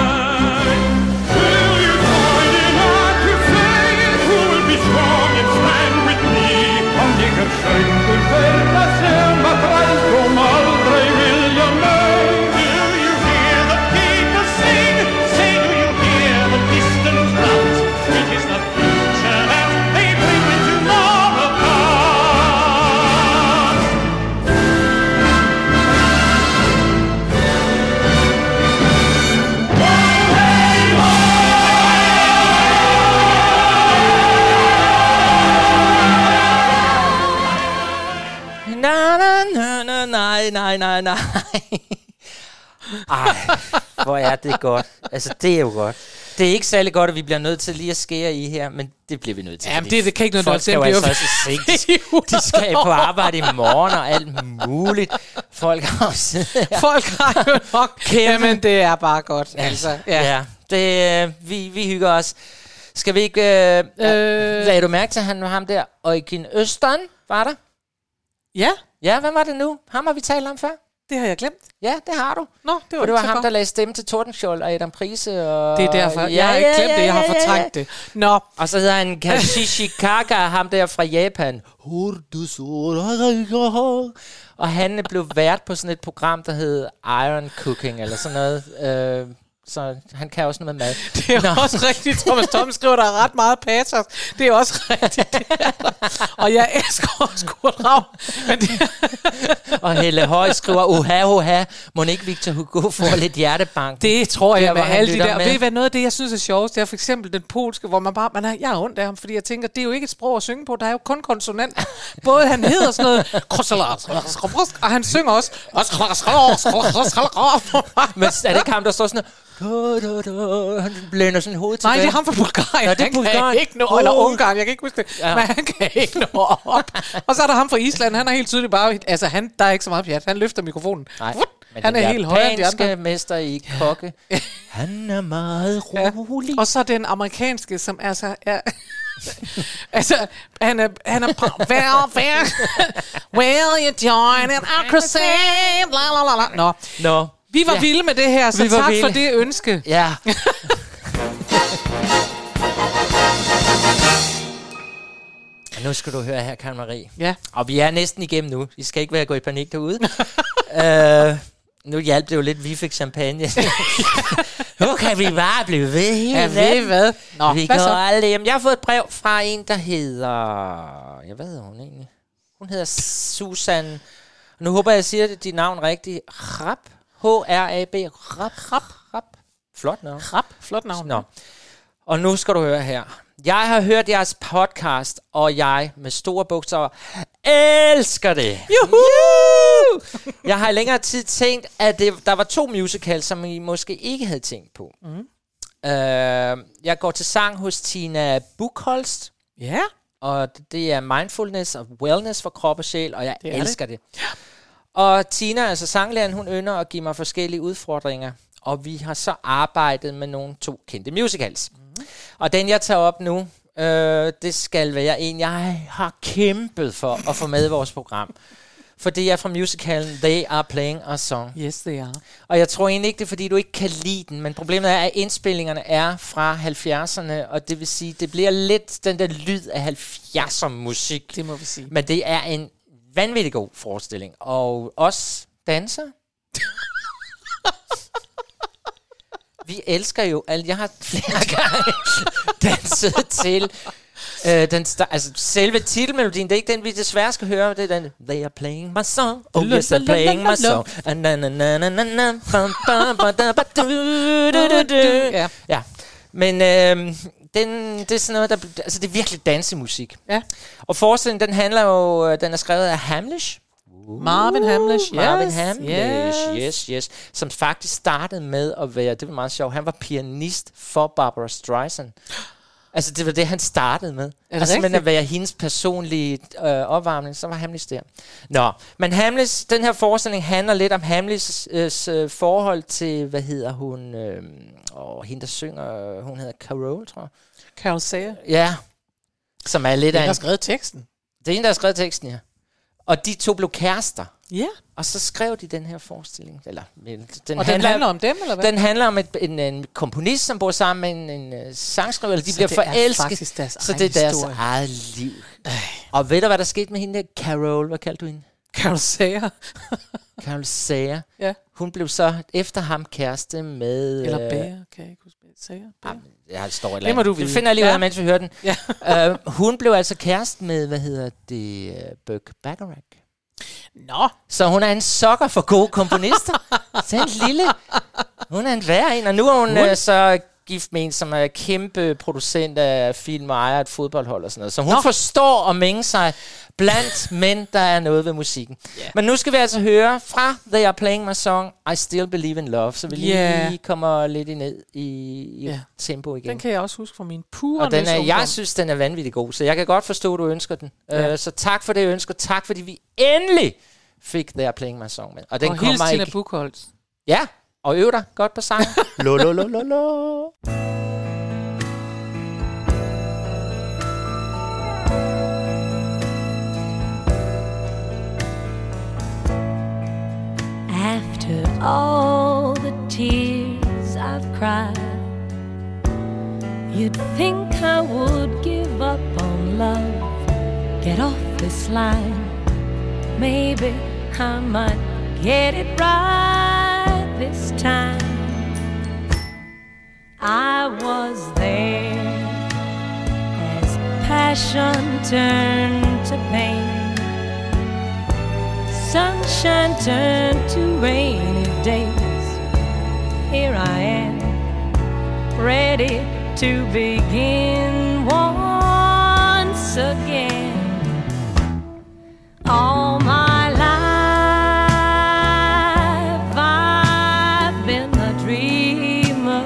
Strong and stand with me. Om de geschenken verder zijn, maar prijs om al drie miljoen mij. Do you hear the people sing? Say, do you hear the pistons blunt? It is the future that they bring when tomorrow comes. Na, na, na, na, nej, nej, nej, nej. Ej, hvor er det godt. Altså, det er jo godt. Det er ikke særlig godt, at vi bliver nødt til lige at skære i her, men det bliver vi nødt til. Jamen, det, det kan ikke noget, folk skal jo altså også se. De skal på arbejde i morgen og alt muligt. Folk har jo siddet her. Folk har jo nok. Jamen, det er bare godt. Altså, ja. ja. Det, øh, vi, vi hygger os. Skal vi ikke... Øh, øh, lagde du mærke til, at han var ham der? Eugen Østern, var der? Ja. Ja, hvem var det nu? Ham har vi talt om før. Det har jeg glemt. Ja, det har du. Nå, det var, For det var ham, godt. Der lagde stemme til Tordenskjold og Adam Prise. Og det er derfor. Ja, jeg har ikke glemt ja, det. Jeg har ja, fortrængt ja. det. Nå. Og så hedder han Kashishi Kaga, ham der fra Japan. Og han blev vært på sådan et program, der hed Iron Cooking, eller sådan noget. Øh, så han kan også noget med mad. Det er Nå. også rigtigt. Thomas Tom skriver, der er ret meget patos. Det er også rigtigt. Det er og jeg elsker også Kurt Ravn. Og Helle Høj skriver, uha, uha, må ikke Victor Hugo få lidt hjertebank? Det tror jeg der, med alle de der. Med. Ved I hvad, noget af det, jeg synes er sjovest, det er for eksempel den polske, hvor man bare, man er, jeg er ondt af ham, fordi jeg tænker, det er jo ikke et sprog at synge på, der er jo kun konsonant. Både han hedder sådan noget, og han synger også. Men er det ikke ham, der står sådan noget, han blænder sådan hovedet tilbage? Nej, det er ham fra Bulgarien. Nå, det er han Bulgarien. kan ikke nå, eller Ungarn, jeg kan ikke huske det, ja. Men han kan ikke nå op. Og så er der ham fra Island, han er helt tydeligt bare, altså han, der er ikke så meget pjat, han løfter mikrofonen. Nej, han er helt højere end de andre. Mester i kokke, han er meget rolig. Ja. Og så den amerikanske, som altså er... altså, han er, han er well, well, well, you join an crusade, la la la la. Nå, Nå. Vi var ja. vilde med det her, så tak vilde. For det ønske. Ja. Nu skal du høre her, Karen Marie. Ja. Og vi er næsten igennem nu. Vi skal ikke være gået i panik derude. øh, nu hjalp det jo lidt, vi fik champagne. Nu kan vi bare blive ved hele ja, ved hvad? Nå, vi hvad går så? alle hjem. Jeg har fået et brev fra en, der hedder... Jeg ved hun egentlig. Hun hedder Susan... Nu håber jeg, jeg siger det, dit navn rigtigt. Rap? H R A B. Rap. Rap. Rap. Flot navn. Rap. Flot navn. Nå. Og nu skal du høre her. Jeg har hørt jeres podcast, og jeg med store bogstaver elsker det. Juhu! Jeg har i længere tid tænkt, at det, der var to musicals, som I måske ikke havde tænkt på. Mm. Uh, jeg går til sang hos Tina Buchholz. Ja. Yeah. Og det er mindfulness og wellness for krop og sjæl, og jeg det elsker det. det. Og Tina, altså sanglæreren, hun ynder at give mig forskellige udfordringer. Og vi har så arbejdet med nogle to kendte musicals. Mm. Og den, jeg tager op nu, øh, det skal være en, jeg har kæmpet for at få med i vores program. For det er fra musicalen They Are Playing a Song. Yes, they are. Og jeg tror egentlig ikke, det er, fordi du ikke kan lide den. Men problemet er, at indspillingerne er fra halvfjerdserne. Og det vil sige, det bliver lidt den der lyd af halvfjerdser musik. Det må vi sige. Men det er en vanvittig god forestilling. Og os danser... Vi elsker jo alt. Jeg har flere gange danset til øh, den sta- altså selve titelmelodien. Det er ikke den, vi desværre skal høre. Det er den They are playing my song. Oh yes, they're playing my song. Ja. Ja. Men øh, den, det er sådan noget, der, altså det er virkelig dansemusik. Ja. Og forestillingen, den handler jo, den er skrevet af Hamlish. Uh, Marvin Hamlish, yes. Marvin Hamlish, yes. yes, yes. Som faktisk startede med at være, det var meget sjovt, han var pianist for Barbara Streisand. Altså, det var det, han startede med. Altså, men at være hendes personlige øh, opvarmning, så var Hamlish der. Nå, men Hamlish, den her forestilling handler lidt om Hamlishs øh, forhold til, hvad hedder hun, øh, åh, hende der synger, hun hedder Carol, tror jeg. Carol Sager. Ja, som er lidt af en... Der har skrevet teksten. Det er en, der har skrevet teksten, ja. Og de to blev kærester. Ja. Og så skrev de den her forestilling. Eller, den og den handler om dem, eller hvad? Den handler om et, en, en komponist, som bor sammen med en, en uh, sangskriver, eller de så bliver det forelsket. Er deres så det er deres historie. eget liv. Øj. Og ved du, hvad der skete med hende der? Carol, hvad kaldte du hende? Carol Sager. Carol Sager. Ja. Hun blev så efter ham kæreste med... Eller Bager, kan jeg ikke huske. Sager? Ja, det står et eller det må du vide. Det finder jeg lige ud af, mens vi hører den. Ja. uh, hun blev altså kæreste med, hvad hedder det, uh, Burt Bacharach. Nå. Så hun er en sokker for gode komponister. Så en lille... Hun er en værre en, og nu er hun, hun? Øh, så gift med en, som er kæmpe producent af film og ejer et fodboldhold og sådan noget. Så hun Nå. forstår at mænge sig blandt mænd, der er noget ved musikken. Yeah. Men nu skal vi altså høre fra They Are Playing My Song, I Still Believe in Love, så vi lige yeah. kommer lidt ned i, i yeah. tempo igen. Den kan jeg også huske fra min pure og den er, jeg synes, den er vanvittigt god, så jeg kan godt forstå, at du ønsker den. Yeah. Uh, så tak for det, jeg ønsker. Tak, fordi vi endelig fik They Are Playing My Song med. Og den og kommer ikke... Tina Buchholz. Ja, og øv dig godt på sang. lo, lo, lo, lo, lo. After all the tears I've cried, you'd think I would give up on love, get off this line. Maybe I might get it right this time. I was there as passion turned to pain, sunshine turned to rainy days. Here I am, ready to begin once again. All my life I've been a dreamer,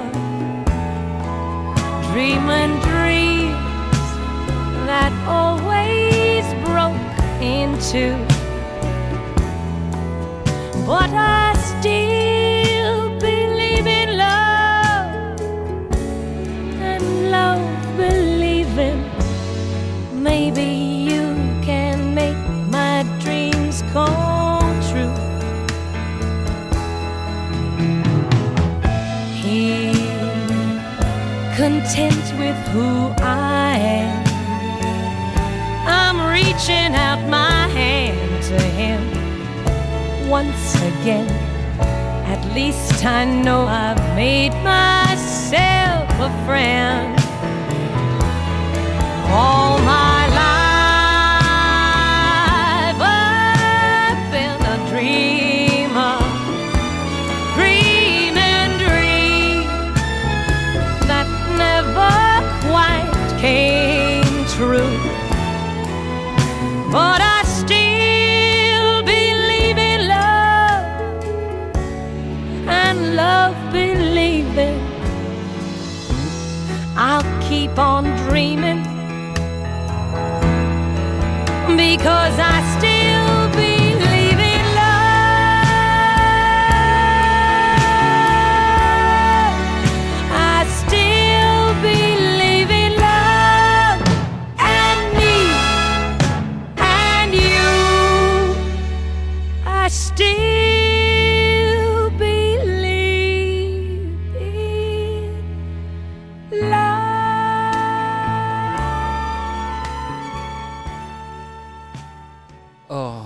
dreaming dreams that always broke in two. But I still believe in love, and love believing. Maybe you can make my dreams come true. Here, content with who I am, I'm reaching out my hand to him. Once again, at least I know I've made myself a friend. All my life I've been a dreamer, I'll keep on dreaming, because I still believe in love. I still believe in love and me and you. I still believe in love. Åh.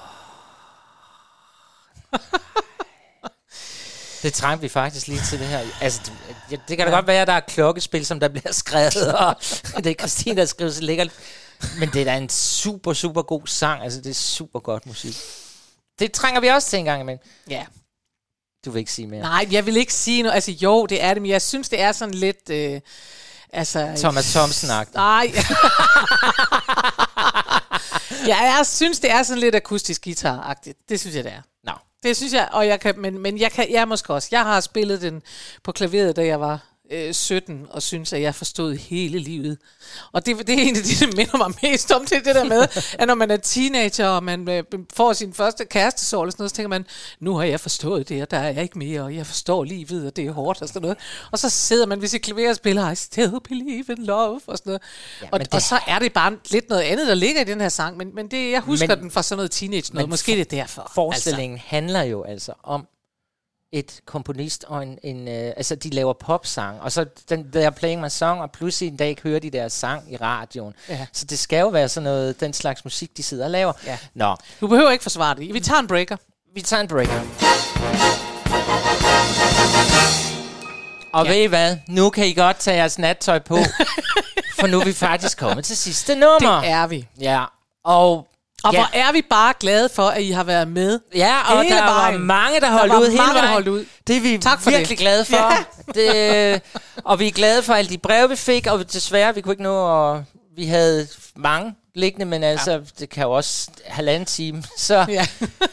Det trængte vi faktisk lige til det her. Altså, det, det kan da godt være, at der er klokkespil, som der bliver skrevet, og det er Christine, der skriver så lækkert. Men det er da en super, super god sang. Altså, det er super godt musik. Det trænger vi også til en gang imellem. Ja. Du vil ikke sige mere. Nej, jeg vil ikke sige noget. Altså, jo, det er det, men jeg synes, det er sådan lidt... Øh, altså... Thomas Thompson-agtigt. Nej. Ja, jeg synes, det er sådan lidt akustisk guitar-agtigt. Det synes jeg, det er. Nå. Det synes jeg, og jeg kan, men, men jeg kan, jeg måske også. Jeg har spillet den på klaveret, da jeg var øh, sytten, og synes, at jeg forstod hele livet. Og det, det er en af de, der minder mig mest om det, det der med, at når man er teenager, og man øh, får sin første kærestesorg, eller sådan noget, så tænker man, nu har jeg forstået det, og der er jeg ikke mere, og jeg forstår livet, og det er hårdt, og sådan noget. Og så sidder man ved sit klaver og spiller, I still believe in love, og sådan noget. Ja, og, det... og så er det bare lidt noget andet, der ligger i den her sang, men, men det, jeg husker men, den fra sådan noget teenage noget. Måske det er derfor. Forestillingen altså. handler jo altså om et komponist og en, en øh, altså de laver popsang, og så den der Playing My Song, og pludselig en dag hører de deres sang i radioen. Ja. Så det skal jo være sådan noget, den slags musik, de sidder og laver. Ja. Nå. Du behøver ikke forsvare det. Vi tager en breaker. Vi tager en breaker. Og ja. ved I hvad? Nu kan I godt tage jeres nattøj på, for nu er vi faktisk kommet til sidste nummer. Det er vi. Ja, og Og ja. hvor er vi bare glade for, at I har været med. Ja, og hele der vejen. var mange, der holdt der ud var hele mange, vejen. Der holdt ud. Det er vi tak for virkelig det. glade for. Ja. det, og vi er glade for alle de breve, vi fik, og desværre, vi kunne ikke nå, at vi havde mange liggende, men altså, ja. det kan jo også halvanden time. Så, ja.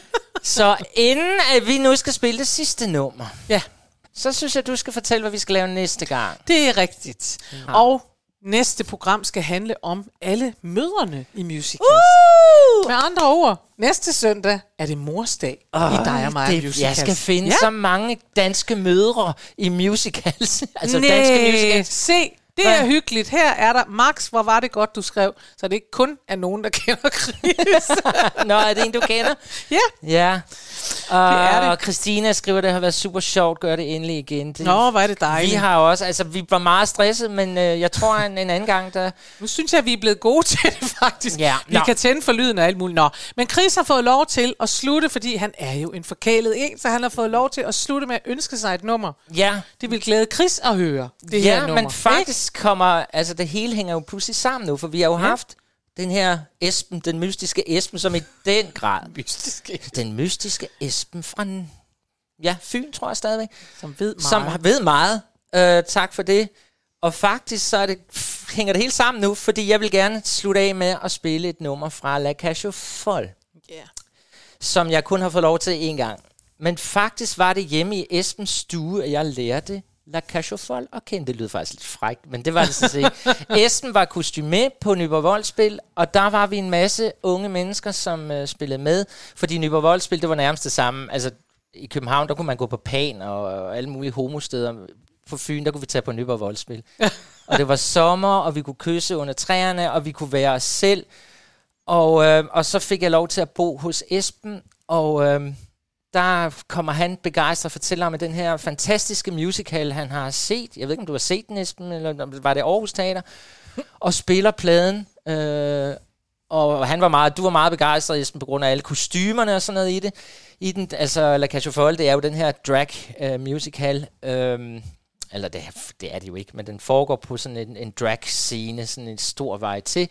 så inden at vi nu skal spille det sidste nummer, ja. så synes jeg, du skal fortælle, hvad vi skal lave næste gang. Det er rigtigt. Ja. Og næste program skal handle om alle mødrene i musicals. Uh! Med andre ord, næste søndag er det morsdag oh, i dig og mig musicals. Jeg skal finde ja. så mange danske mødre i musicals. altså Næh, danske musicals. Se, det er hyggeligt. Her er der, Max, hvor var det godt, du skrev, så det ikke kun er nogen, der kender Chris. Nå, er det en, du kender? Ja. Ja. Og, det er det. Og Christina skriver, det har været super sjovt, gør det endelig igen. Det, Nå, hvor er det dejligt. Vi har også, altså vi var meget stresset, men øh, jeg tror en, en anden gang, der... Nu synes jeg, vi er blevet gode til det faktisk. Ja. Vi Nå. kan tænde for lyden og alt muligt. Nå. Men Chris har fået lov til at slutte, fordi han er jo en forkælet en, så han har fået lov til at slutte med at ønske sig et nummer. Ja. Det vil glæde Chris at høre, det ja, her nummer. men faktisk kommer, altså det hele hænger jo pludselig sammen nu, for vi har jo ja. haft den her Esben, den mystiske Esben, som i den grad... mystiske. Den mystiske Esben fra... Ja, Fyn, tror jeg stadigvæk. Som ved meget. Som ved meget. Øh, tak for det. Og faktisk så er det, hænger det hele sammen nu, fordi jeg vil gerne slutte af med at spille et nummer fra La Cage aux Folles. Yeah. Som jeg kun har fået lov til én gang. Men faktisk var det hjemme i Esbens stue, at jeg lærte La Cage aux Folles. Okay, det lyder faktisk lidt frækt, men det var det sådan set. Esben var kostume på Nyborg Voldspil, og der var vi en masse unge mennesker, som øh, spillede med. Fordi Nyborg Voldspil, det var nærmest det samme. Altså, i København, der kunne man gå på Pan og, og alle mulige homosteder. På Fyn, der kunne vi tage på Nyborg Voldspil. Og det var sommer, og vi kunne kysse under træerne, og vi kunne være os selv. Og, øh, og så fik jeg lov til at bo hos Esben, og øh, der kommer han begejstret og fortæller om den her fantastiske musical, han har set. Jeg ved ikke, om du har set den, Esben, eller var det Aarhus Teater? Og spiller pladen. Øh, og han var meget, du var meget begejstret, Esben, på grund af alle kostymerne og sådan noget i det. I den, altså La Cage aux Folles, det er jo den her drag uh, musical. Øh, eller det, det er det jo ikke, men den foregår på sådan en, en drag-scene, sådan en stor vej til.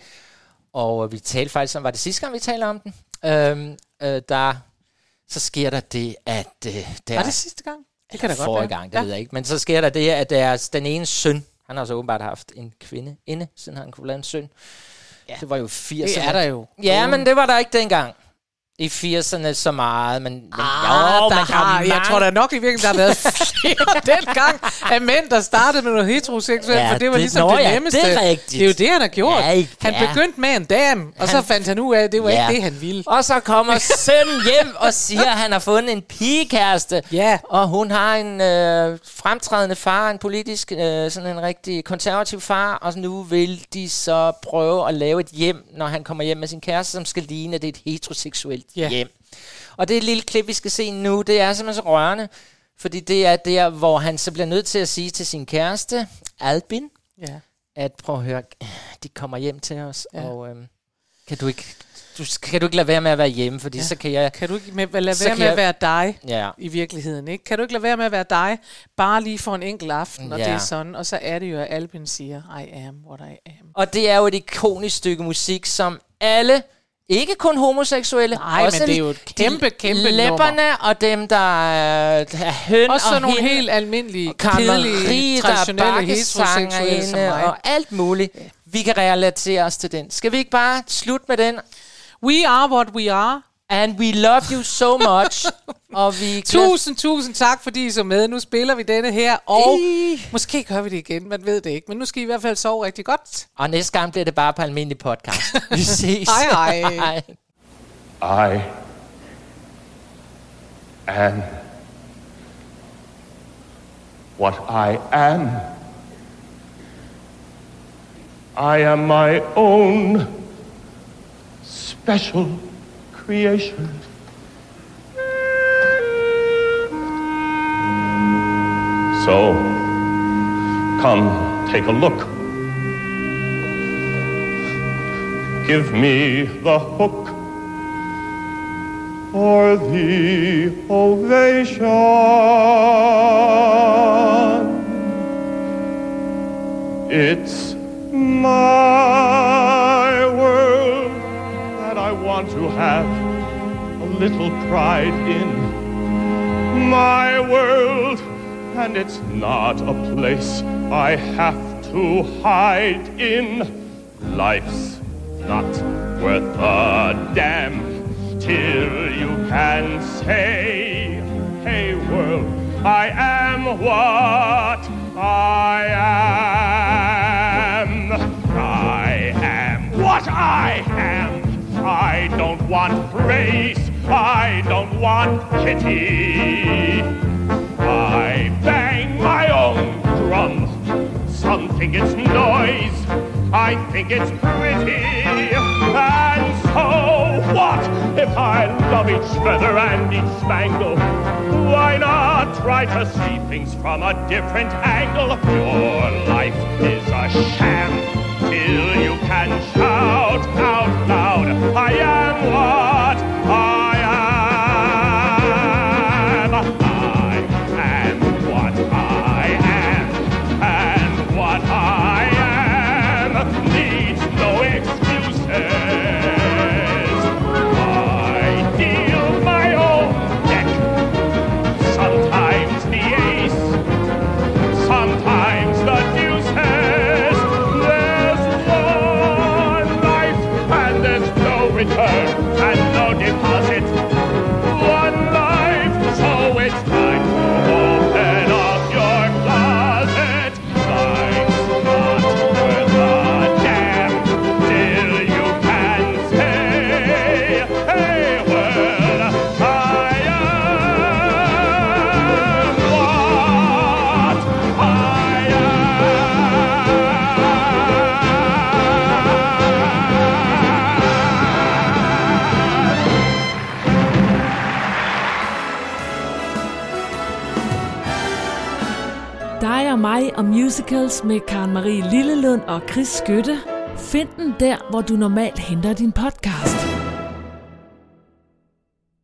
Og vi talte faktisk om, var det sidste gang, vi talte om den? Øhm, øh, der, så sker der det, at... Øh, der var det sidste gang? Det kan da godt være. Gang, det ja. ved jeg ikke. Men så sker der det, at deres, den ene søn, han har så åbenbart haft en kvinde inde, siden han kunne lave en søn. Ja. Det var jo firserne. Det er der jo. Ja, men det var der ikke dengang. I firserne så meget, men, men ah, jo, der man har, jeg tror da nok i virkeligheden, der har været flere dengang af mænd, der startede med noget heteroseksuelt, ja, for det var det, ligesom det nemmeste. Ja, det er rigtigt. Det er jo det, han har gjort. Ja, han ja. begyndte med en dame, og han, så fandt han ud af, at det var ja. ikke det, han ville. Og så kommer sønnen hjem og siger, at han har fundet en pigekæreste. Ja. Og hun har en øh, fremtrædende far, en politisk, øh, sådan en rigtig konservativ far, og nu vil de så prøve at lave et hjem, når han kommer hjem med sin kæreste, som skal ligne, at det er et heteroseksuelt ja. hjem. Og det lille klip, vi skal se nu, det er simpelthen så rørende, fordi det er der, hvor han så bliver nødt til at sige til sin kæreste, Albin, ja. at prøv at høre, de kommer hjem til os, ja. og øhm, kan du ikke... Du, kan du ikke lade være med at være hjemme, fordi ja. så kan jeg... Kan du ikke med, lade være med jeg, at være dig ja. i virkeligheden, ikke? Kan du ikke lade være med at være dig, bare lige for en enkelt aften, og ja. det er sådan, og så er det jo, at Albin siger, I am what I am. Og det er jo et ikonisk stykke musik, som alle... Ikke kun homoseksuelle. Nej, også men det er jo et kæmpe, kæmpe læpperne nummer. Og dem, der er, er høn også og sådan nogle hende, helt almindelige, kedelige, traditionelle heteroseksuelle som mig. Og alt muligt. Ja. Vi kan relatere os til den. Skal vi ikke bare slutte med den? We are what we are. And we love you so much. Og vi tusind, tusind tak, fordi I så med. Nu spiller vi denne her, og Ej. måske gør vi det igen, man ved det ikke. Men nu skal I i hvert fald sove rigtig godt. Og næste gang bliver det bare på almindelig podcast. Vi ses. Hej, hej. I am what I am. I am my own special creation. So, come take a look. Give me the hook for the ovation. It's my world that I want to have a little pride in. My world, and it's not a place I have to hide in. Life's not worth a damn till you can say, hey world, I am what I am. I am what I am. I don't want praise, I don't want pity. I bang my own drum. Some think it's noise, I think it's pretty. And so what if I love each feather and each spangle? Why not try to see things from a different angle? Your life is a sham till you can shout out loud, I am what I am. I am what I am, and what I am needs no excuses. I deal my own deck, sometimes the ace, sometimes the deuces. There's one life and there's no return and no deposit. One life, so it's time to open up your closet. Life's not worth a damn till you can say, hey world, I am what I Dig og mig og musicals med Karen Marie Lillelund og Chris Skytte. Find den der, hvor du normalt henter din podcast.